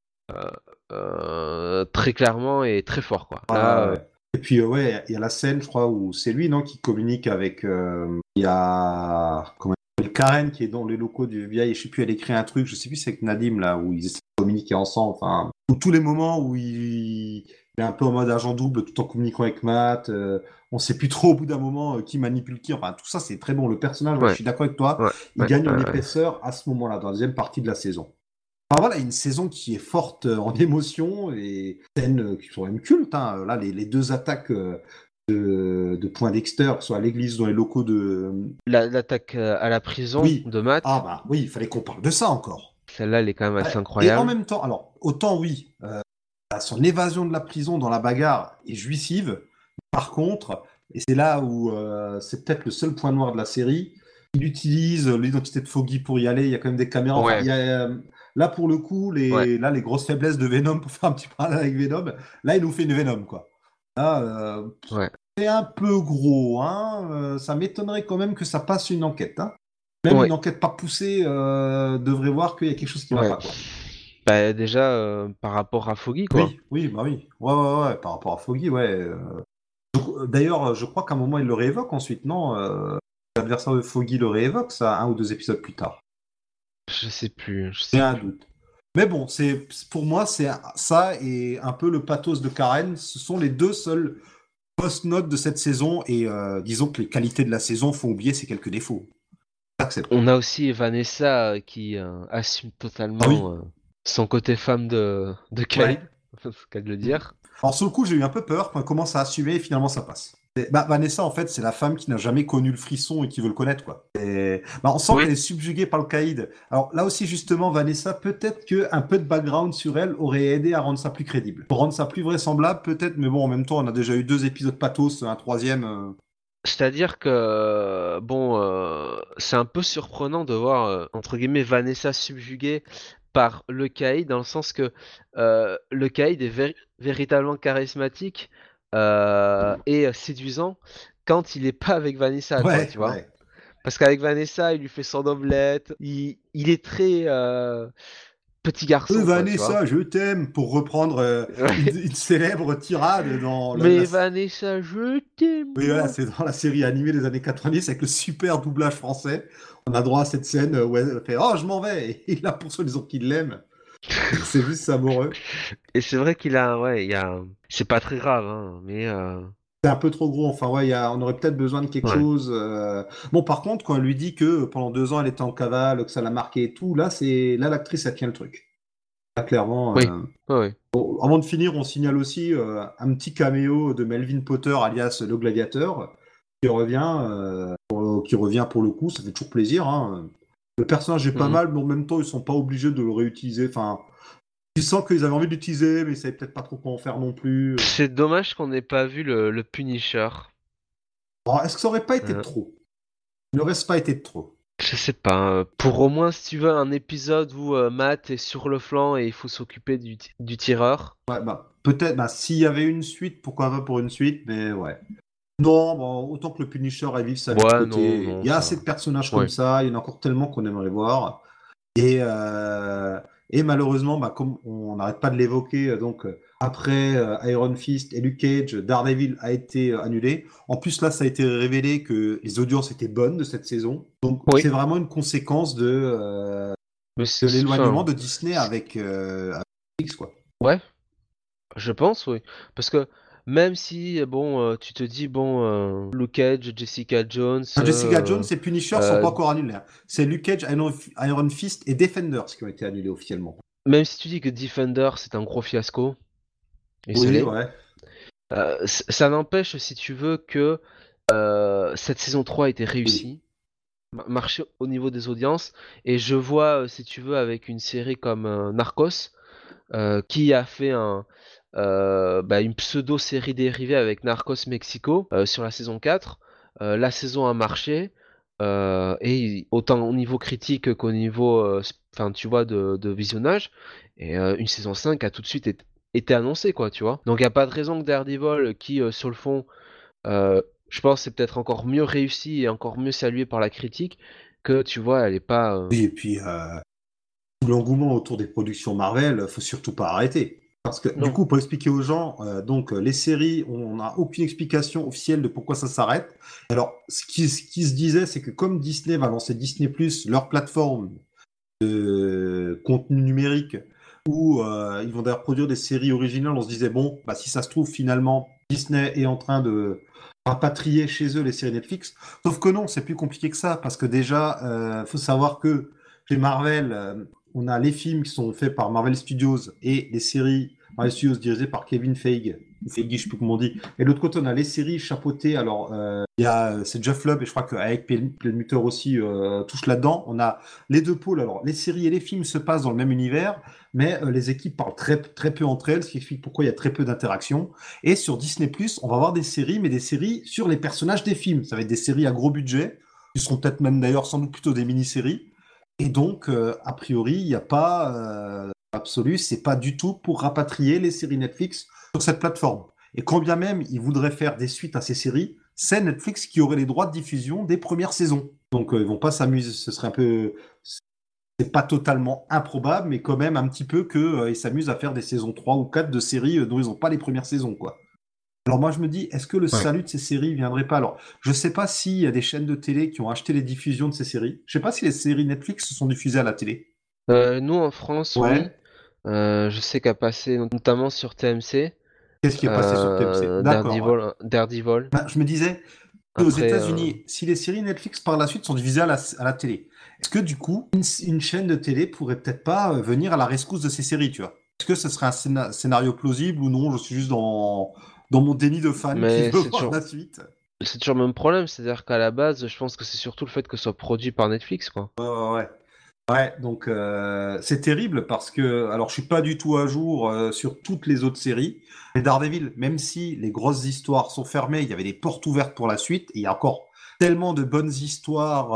très clairement et très fort, quoi. Ouais, Là, ouais, ouais. Et puis, ouais, il y a la scène, je crois, où c'est lui, non, qui communique avec. Il y a. Comment il s'appelle, Karen qui est dans les locaux du FBI, et je sais plus, elle écrit un truc, je sais plus, c'est avec Nadim, là, où ils essaient de communiquer ensemble. Enfin, où tous les moments où il est un peu en mode agent double tout en communiquant avec Matt. On sait plus trop au bout d'un moment qui manipule qui. Enfin, tout ça, c'est très bon. Le personnage, ouais, je ouais, suis d'accord avec toi, ouais, il ouais, gagne en ouais, ouais. épaisseur à ce moment-là, dans la deuxième partie de la saison. Enfin, voilà, une saison qui est forte en émotion et scènes qui sont même cultes. Hein. Là, les deux attaques de Point Dexter, que ce soit à l'église ou dans les locaux de. L'attaque à la prison Oui, de ah Matt, bah oui, il fallait qu'on parle de ça encore. celle-là, elle est quand même Ouais. assez Et en incroyable. même temps, alors, autant oui, son évasion de la prison dans la bagarre est jouissive. Par contre, et c'est là où c'est peut-être le seul point noir de la série, il utilise l'identité de Foggy pour y aller. Il y a quand même des caméras. Enfin, Ouais, il y a, là pour le coup, ouais, les grosses faiblesses de Venom pour faire un petit parallèle avec Venom. Là, il nous fait une Venom quoi. Là, ouais, c'est un peu gros. Hein. Ça m'étonnerait quand même que ça passe une enquête. Hein. Même une ouais, enquête pas poussée devrait voir qu'il y a quelque chose qui va ouais. pas quoi. Bah, déjà, par rapport à Foggy, quoi. Oui, oui, bah oui. Ouais, ouais, ouais. Par rapport à Foggy, ouais. D'ailleurs, je crois qu'à un moment, il le réévoque ensuite, non l'adversaire de Foggy le réévoque, ça, 1 ou 2 épisodes plus tard. Je J'ai sais un plus. doute. Mais bon, pour moi, c'est ça et un peu le pathos de Karen. Ce sont les deux seuls post-notes de cette saison et disons que les qualités de la saison font oublier ses quelques défauts. J'accepte. On a aussi Vanessa qui assume Ah oui, totalement son côté femme de ouais. Clyde, c'est le cas de le Mm. dire. Alors sur le coup, j'ai eu un peu peur quand elle commence à assumer et finalement ça passe. Bah, Vanessa, en fait, c'est la femme qui n'a jamais connu le frisson et qui veut le connaître, quoi. Bah, on sent Oui. qu'elle est subjuguée par le caïd. Alors là aussi, justement, Vanessa, peut-être qu'un peu de background sur elle aurait aidé à rendre ça plus crédible. Pour rendre ça plus vraisemblable, peut-être, mais bon, en même temps, on a déjà eu 2 épisodes pathos, un troisième. C'est-à-dire que, bon, c'est un peu surprenant de voir, entre guillemets, Vanessa subjuguée par le Caïd, dans le sens que le Caïd est véritablement charismatique, est séduisant quand il est pas avec Vanessa, quoi, Ouais, tu vois. ouais. Parce qu'avec Vanessa, il lui fait son omelette, il est très petit garçon, quoi, tu vois. Vanessa, je t'aime, pour reprendre Ouais. une célèbre tirade dans Mais Vanessa, je t'aime, Oui, voilà, moi. c'est dans la série animée des années 90 avec le super doublage français. On a droit à cette scène où elle fait Oh, je m'en vais! Et il la poursuit en disant qu'il l'aime. C'est juste savoureux. Et c'est vrai qu'il a, ouais, c'est pas très grave, hein, mais C'est un peu trop gros. Enfin, ouais, on aurait peut-être besoin de quelque ouais. chose. Bon, par contre, quand elle lui dit que pendant 2 ans, elle était en cavale, que ça l'a marqué et tout, là, l'actrice, elle tient le truc. Là, clairement. Oui, ouais, ouais. Bon, avant de finir, on signale aussi un petit caméo de Melvin Potter, alias le gladiateur, qui revient pour le coup. Ça fait toujours plaisir, hein. Le personnage est pas Mhm. mal, mais en même temps, ils sont pas obligés de le réutiliser. Enfin, tu sens qu'ils avaient envie d'utiliser, mais ils savaient peut-être pas trop quoi en faire non plus. C'est dommage qu'on n'ait pas vu le Punisher. Bon, est-ce que ça aurait pas été de Euh, trop? Il n'aurait pas été de trop. je sais pas. Pour au moins, si tu veux, un épisode où Matt est sur le flanc et il faut s'occuper du tireur. Ouais, bah, peut-être, bah, s'il y avait une suite, pourquoi pas pour une suite, mais ouais. Non, bon, autant que le Punisher elle vive sa vie de Ouais, non, côté. non, Il y a assez de ça. personnages comme Ouais. ça, il y en a encore tellement qu'on aimerait voir. Et, euh, et malheureusement, bah, comme on n'arrête pas de l'évoquer, après Iron Fist et Luke Cage, Daredevil a été annulé. En plus, là, ça a été révélé que les audiences étaient bonnes de cette saison. Donc, c'est Oui, vraiment une conséquence mais de l'éloignement enfin, de Disney avec Netflix, quoi. ouais, je pense, oui. Parce que même si, bon, tu te dis, bon, Luke Cage, Jessica Jones, Jessica Jones et Punisher sont euh, pas encore annulés, hein. C'est Luke Cage, Iron Fist et Defenders qui ont été annulés officiellement. même si tu dis que Defender c'est un gros fiasco, et ce Oui, l'est, ouais. ça n'empêche, si tu veux, que cette saison 3 a été Oui. réussie, marché au niveau des audiences, et je vois, si tu veux, avec une série comme Narcos, qui a fait une pseudo-série dérivée avec Narcos Mexico sur la saison 4. La saison a marché, et autant au niveau critique qu'au niveau enfin, tu vois, de visionnage. Et une saison 5 a tout de suite été annoncée, quoi, tu vois. Donc il n'y a pas de raison que Daredevil, qui sur le fond, je pense, c'est peut-être encore mieux réussi et encore mieux salué par la critique, que tu vois, elle est pas. Oui, et puis tout l'engouement autour des productions Marvel, faut surtout pas arrêter. Parce que du Non. coup, pour expliquer aux gens, les séries, on n'a aucune explication officielle de pourquoi ça s'arrête. Alors, ce qui se disait, c'est que comme Disney va lancer Disney+, leur plateforme de contenu numérique, où ils vont d'ailleurs produire des séries originales, on se disait, bon, bah, si ça se trouve, finalement, Disney est en train de rapatrier chez eux les séries Netflix. Sauf que non, c'est plus compliqué que ça, parce que déjà, faut savoir que chez Marvel, on a les films qui sont faits par Marvel Studios et les séries Marvel Studios dirigées par Kevin Feige, ou Feige, je sais plus comment on dit. Et de l'autre côté, on a les séries chapeautées. Alors, c'est Jeff Lubb, et je crois qu'avec Perlmutter aussi touche là-dedans. On a les deux pôles. Alors, les séries et les films se passent dans le même univers, mais les équipes parlent très, très peu entre elles, ce qui explique pourquoi il y a très peu d'interaction. Et sur Disney+, on va avoir des séries, mais des séries sur les personnages des films. Ça va être des séries à gros budget, qui seront peut-être même d'ailleurs sans doute plutôt des mini-séries. Et donc, a priori, il n'y a pas absolu, c'est pas du tout pour rapatrier les séries Netflix sur cette plateforme. Et quand bien même ils voudraient faire des suites à ces séries, c'est Netflix qui aurait les droits de diffusion des premières saisons. Donc, ils vont pas s'amuser, ce serait un peu, c'est pas totalement improbable, mais quand même un petit peu qu'ils s'amusent à faire des saisons 3 ou 4 de séries dont ils n'ont pas les premières saisons, quoi. Alors moi je me dis, est-ce que le Ouais. salut de ces séries viendrait pas? Alors, je sais pas s'il y a des chaînes de télé qui ont acheté les diffusions de ces séries. Je sais pas si les séries Netflix sont diffusées à la télé. Nous, en France, oui. Ouais. Je sais qu'à passer notamment sur TMC, Qu'est-ce qui est passé sur TMC? D'accord, ouais. Daredevil. Ben, je me disais, aux Après, États-Unis, si les séries Netflix par la suite sont diffusées à la télé, est-ce que du coup, une chaîne de télé pourrait peut-être pas venir à la rescousse de ces séries, tu vois? Est-ce que ce serait un scénario plausible ou non? Je suis juste dans mon déni de fan qui mais veut voir la suite. c'est toujours le même problème, c'est-à-dire qu'à la base, je pense que c'est surtout le fait que ce soit produit par Netflix, quoi. Ouais, ouais, ouais. Ouais, donc c'est terrible parce que, alors je suis pas du tout à jour sur toutes les autres séries, mais Daredevil, même si les grosses histoires sont fermées, il y avait des portes ouvertes pour la suite, et il y a encore tellement de bonnes histoires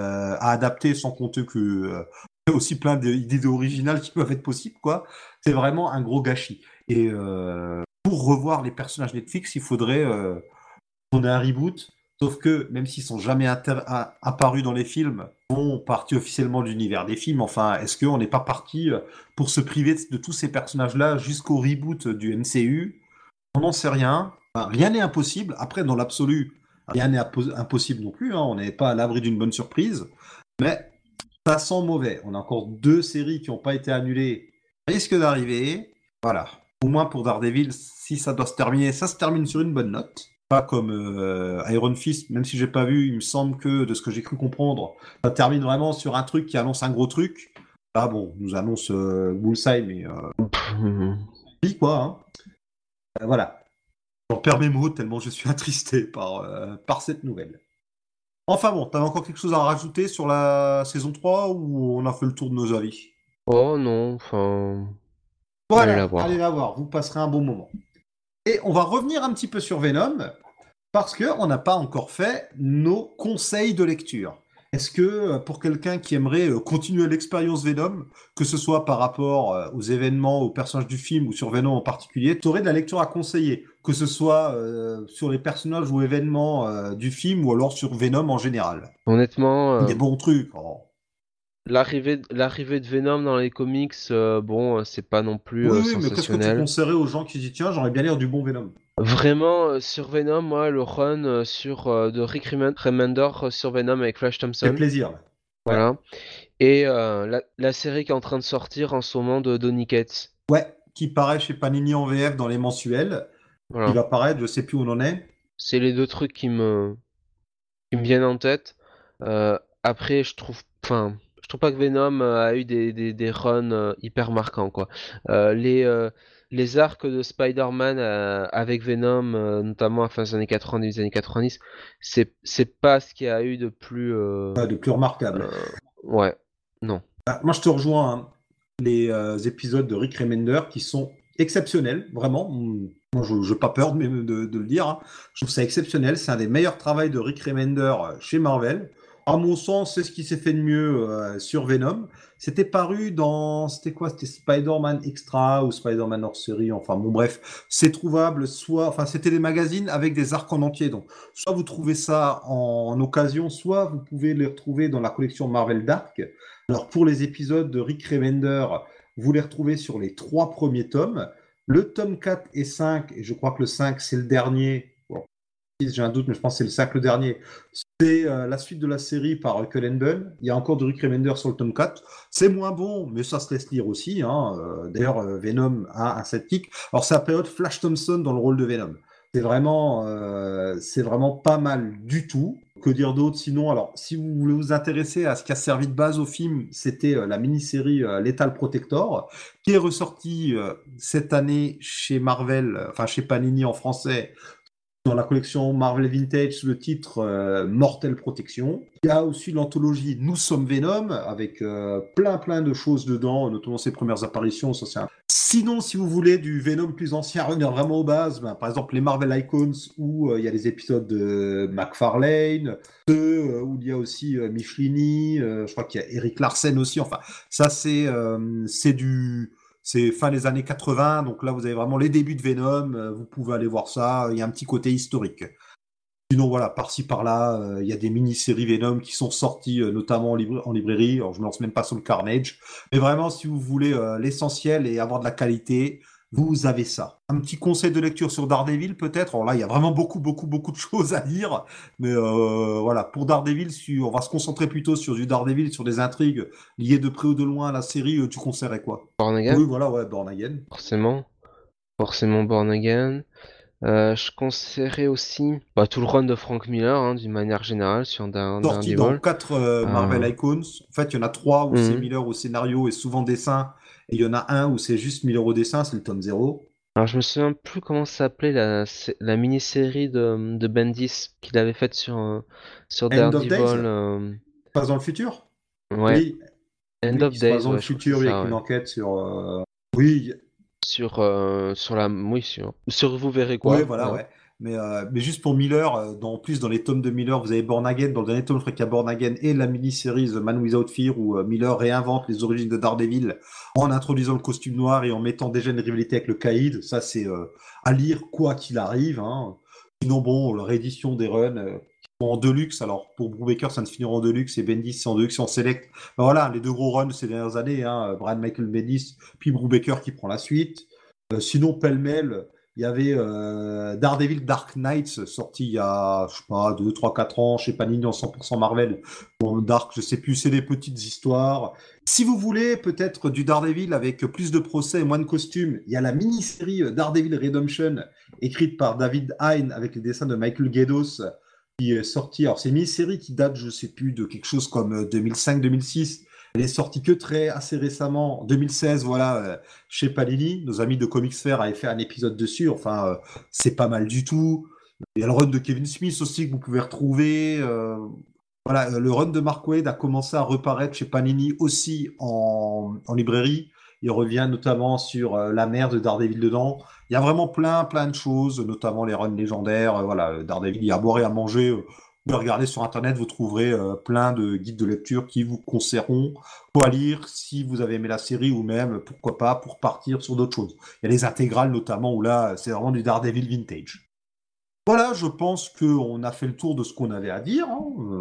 à adapter, sans compter que aussi plein d'idées originales qui peuvent être possibles, quoi. C'est vraiment un gros gâchis. Et pour revoir les personnages Netflix, il faudrait qu'on ait un reboot. Sauf que, même s'ils sont jamais apparus dans les films, ils sont partis officiellement de l'univers des films. Enfin, est-ce qu'on n'est pas parti pour se priver de tous ces personnages-là jusqu'au reboot du MCU? On n'en sait rien. Enfin, rien n'est impossible. Après, dans l'absolu, rien n'est impossible non plus. Hein. On n'est pas à l'abri d'une bonne surprise. Mais ça sent mauvais. On a encore 2 séries qui n'ont pas été annulées. Risque d'arriver. Voilà. Au moins pour Daredevil, si ça doit se terminer, ça se termine sur une bonne note. Pas comme Iron Fist, même si j'ai pas vu, il me semble que, de ce que j'ai cru comprendre, ça termine vraiment sur un truc qui annonce un gros truc. Là, bon, nous annonce Bullseye, mais oui, quoi. Hein. Voilà. J'en perds mes mots tellement je suis attristé par cette nouvelle. Enfin bon, t'avais encore quelque chose à rajouter sur la saison 3 ou on a fait le tour de nos avis? Oh non, enfin. Voilà, Allez la voir, vous passerez un bon moment. Et on va revenir un petit peu sur Venom, parce qu'on n'a pas encore fait nos conseils de lecture. Est-ce que pour quelqu'un qui aimerait continuer l'expérience Venom, que ce soit par rapport aux événements, aux personnages du film ou sur Venom en particulier, tu aurais de la lecture à conseiller, que ce soit sur les personnages ou événements du film ou alors sur Venom en général? Honnêtement, Des bons trucs. Oh. l'arrivée de Venom dans les comics, bon, c'est pas non plus Oui, mais qu'est-ce que tu sensationnel. conseillerais aux gens qui disent tiens, j'aimerais bien lire du bon Venom? Vraiment, sur Venom, moi, le run de Rick Remender sur Venom avec Flash C'est Thompson. plaisir. Là. Voilà. Et la série qui est en train de sortir en ce moment de Donny Cates. Ouais, qui paraît chez Panini en VF dans les mensuels. Voilà. Il va paraître, je sais plus où on en est. C'est les 2 trucs qui me viennent en tête. Après, je trouve pas que Venom a eu des runs hyper marquants, quoi. Les arcs de Spider-Man avec Venom, notamment à la fin des années 90, des années 90, c'est pas ce qu'il y a eu de plus. De plus remarquable. Ouais, non. Moi, je te rejoins. Hein. Les épisodes de Rick Remender qui sont exceptionnels, vraiment. Moi, je n'ai pas peur de le dire. Hein. Je trouve ça exceptionnel. C'est un des meilleurs travaux de Rick Remender chez Marvel. À mon sens, c'est ce qui s'est fait de mieux sur Venom. C'était paru dans... C'était quoi? C'était Spider-Man Extra ou Spider-Man hors série. Enfin, bon, bref. C'est trouvable soit... Enfin, c'était des magazines avec des arcs en entier. Donc, soit vous trouvez ça en occasion, soit vous pouvez les retrouver dans la collection Marvel Dark. Alors, pour les épisodes de Rick Remender, vous les retrouvez sur les 3 premiers tomes. Le tome 4 et 5, et je crois que le 5, c'est le dernier. Bon, j'ai un doute, mais je pense que c'est le 5 le dernier. C'est la suite de la série par Cullen Bunn. Il y a encore du Rick Remender sur le tome 4. C'est moins bon, mais ça se laisse lire aussi. Hein. D'ailleurs, Venom a un sidekick. Alors, c'est la période Flash Thompson dans le rôle de Venom. C'est vraiment pas mal du tout. Que dire d'autre sinon? Alors, si vous voulez vous intéresser à ce qui a servi de base au film, c'était la mini-série Lethal Protector, qui est ressortie cette année chez Marvel, enfin chez Panini en français, dans la collection Marvel Vintage sous le titre Mortel Protection. Il y a aussi l'anthologie Nous sommes Venom, avec plein de choses dedans, notamment ses premières apparitions. Ça, c'est Sinon, si vous voulez du Venom plus ancien, revenir vraiment aux bases, par exemple les Marvel Icons, où il y a les épisodes de McFarlane, où il y a aussi Michelini, je crois qu'il y a Eric Larsen aussi. Enfin, ça, c'est fin des années 80, donc là vous avez vraiment les débuts de Venom, vous pouvez aller voir ça, il y a un petit côté historique. Sinon voilà, par-ci par-là, il y a des mini-séries Venom qui sont sorties, notamment en librairie, alors je ne me lance même pas sur le Carnage, mais vraiment si vous voulez l'essentiel et avoir de la qualité, vous avez ça. Un petit conseil de lecture sur Daredevil peut-être, alors là il y a vraiment beaucoup de choses à lire, mais voilà, pour Daredevil, on va se concentrer plutôt sur du Daredevil, sur des intrigues liées de près ou de loin à la série, tu conseillerais quoi? Born Again? Oui voilà, ouais, Born Again. Forcément Born Again. Je conseillerais aussi tout le run de Frank Miller, hein, d'une manière générale, sur Sorti dans Daredevil. 4 Marvel Icons. En fait, il y en a 3 où c'est Miller au scénario et souvent dessin. Et il y en a un où c'est juste Miller au dessin, c'est le tome 0. Alors, je me souviens plus comment s'appelait la mini-série de Bendis qu'il avait faite sur End of Daredevil. Days Passe dans le futur? Ouais. Oui. End Oui, of qui se passe Days, dans le ouais, je crois que futur, c'est avec ça, une ouais. enquête sur... Oui, Sur Vous verrez quoi. oui, voilà, hein. ouais. Mais juste pour Miller, en plus dans les tomes de Miller, vous avez Born Again. Dans le dernier tome, je crois qu'il y a Born Again et la mini-série The Man Without Fear où Miller réinvente les origines de Daredevil en introduisant le costume noir et en mettant déjà une rivalité avec le Caïd. Ça, c'est à lire quoi qu'il arrive. Hein. Sinon, bon, la réédition des runs qui sont en deluxe. Alors, pour Brubaker, ça ne finira en deluxe et Bendis, c'est en deluxe et en select. Ben voilà, les deux gros runs de ces dernières années. Hein, Brian Michael Bendis, puis Brubaker qui prend la suite. Sinon, pêle-mêle, il y avait Daredevil Dark Knights, sorti il y a, je sais pas, 2, 3, 4 ans, chez Panini en 100% Marvel. Bon, Dark, je sais plus, c'est des petites histoires. Si vous voulez peut-être du Daredevil avec plus de procès et moins de costumes, il y a la mini-série Daredevil Redemption, écrite par David Hein avec les dessins de Michael Gaydos, qui est sortie. Alors, c'est une mini-série qui date, je sais plus, de quelque chose comme 2005-2006. Elle est sortie que assez récemment, en 2016, voilà, chez Panini. Nos amis de Comics Fair avaient fait un épisode dessus. Enfin, c'est pas mal du tout. Il y a le run de Kevin Smith aussi que vous pouvez retrouver. Voilà, le run de Mark Waid a commencé à reparaître chez Panini aussi en librairie. Il revient notamment sur la mère de Daredevil dedans. Il y a vraiment plein de choses, notamment les runs légendaires. Voilà, Daredevil, il y a à boire et à manger. Vous pouvez regarder sur Internet, vous trouverez plein de guides de lecture qui vous conseilleront quoi lire si vous avez aimé la série ou même, pourquoi pas, pour partir sur d'autres choses. Il y a les intégrales notamment où là, c'est vraiment du Daredevil vintage. Voilà, je pense qu'on a fait le tour de ce qu'on avait à dire. Hein.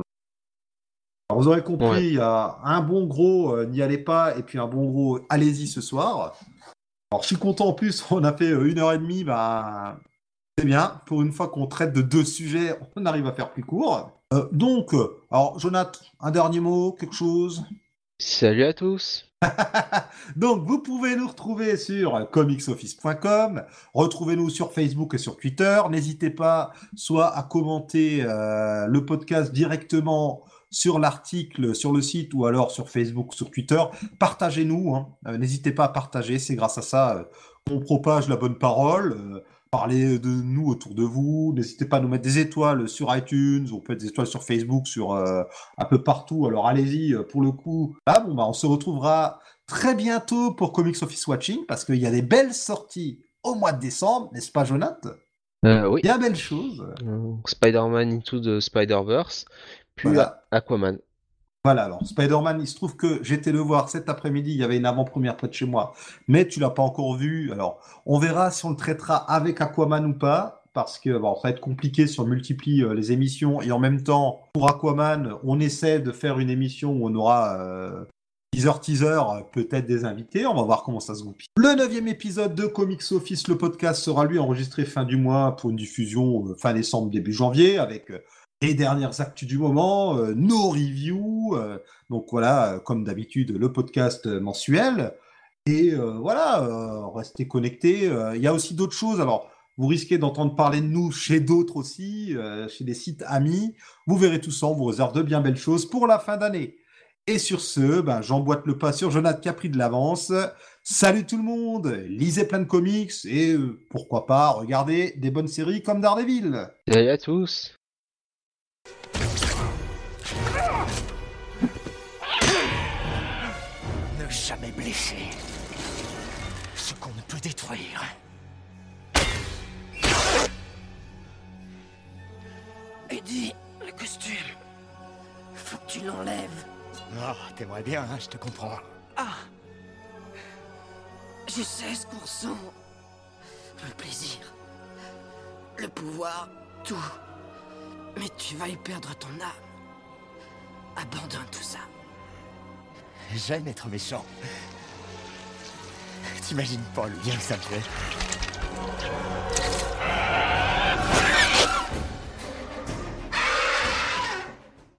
Alors, vous aurez compris, il y a un bon gros n'y allez pas et puis un bon gros allez-y ce soir. Alors, je suis content en plus, on a fait 1h30, bah... C'est bien, pour une fois qu'on traite de 2 sujets, on arrive à faire plus court. Donc, alors Jonathan, un dernier mot, quelque chose? Salut à tous. Donc, vous pouvez nous retrouver sur comicsoffice.com, retrouvez-nous sur Facebook et sur Twitter. N'hésitez pas soit à commenter le podcast directement sur l'article, sur le site, ou alors sur Facebook, sur Twitter. Partagez-nous, hein. N'hésitez pas à partager, c'est grâce à ça qu'on propage la bonne parole. Parlez de nous autour de vous. N'hésitez pas à nous mettre des étoiles sur iTunes, on peut mettre des étoiles sur Facebook, sur un peu partout. Alors allez-y, pour le coup. Là, bon, bah, on se retrouvera très bientôt pour Comics Office Watching, parce qu'il y a des belles sorties au mois de décembre, n'est-ce pas, Jonathan? Oui. Bien belles choses. Spider-Man Into the Spider-Verse, puis Voilà. Aquaman. Voilà, alors Spider-Man, il se trouve que j'étais le voir cet après-midi, il y avait une avant-première près de chez moi, mais tu l'as pas encore vu. Alors, on verra si on le traitera avec Aquaman ou pas, parce que bon, ça va être compliqué si on multiplie les émissions, et en même temps, pour Aquaman, on essaie de faire une émission où on aura teaser, peut-être des invités, on va voir comment ça se goupille. Le 9e épisode de Comics Office, le podcast, sera lui enregistré fin du mois pour une diffusion fin décembre, début janvier, avec... les dernières actus du moment, nos reviews, donc voilà, comme d'habitude, le podcast mensuel. Et voilà, restez connectés. Il y a aussi d'autres choses. Alors, vous risquez d'entendre parler de nous chez d'autres aussi, chez des sites amis. Vous verrez tout ça, on vous réserve de bien belles choses pour la fin d'année. Et sur ce, j'emboîte le pas sur Jonathan qui a pris de l'avance. Salut tout le monde, lisez plein de comics et pourquoi pas, regardez des bonnes séries comme Daredevil. Salut à tous. Ne jamais blesser ce qu'on ne peut détruire. Eddie, le costume. Faut que tu l'enlèves. Oh, t'aimerais bien, hein, je te comprends. Ah. Je sais ce qu'on ressent. Le plaisir. Le pouvoir. Tout. Mais tu vas y perdre ton âme. Abandonne tout ça. J'aime être méchant. T'imagines pas le bien que ça me fait.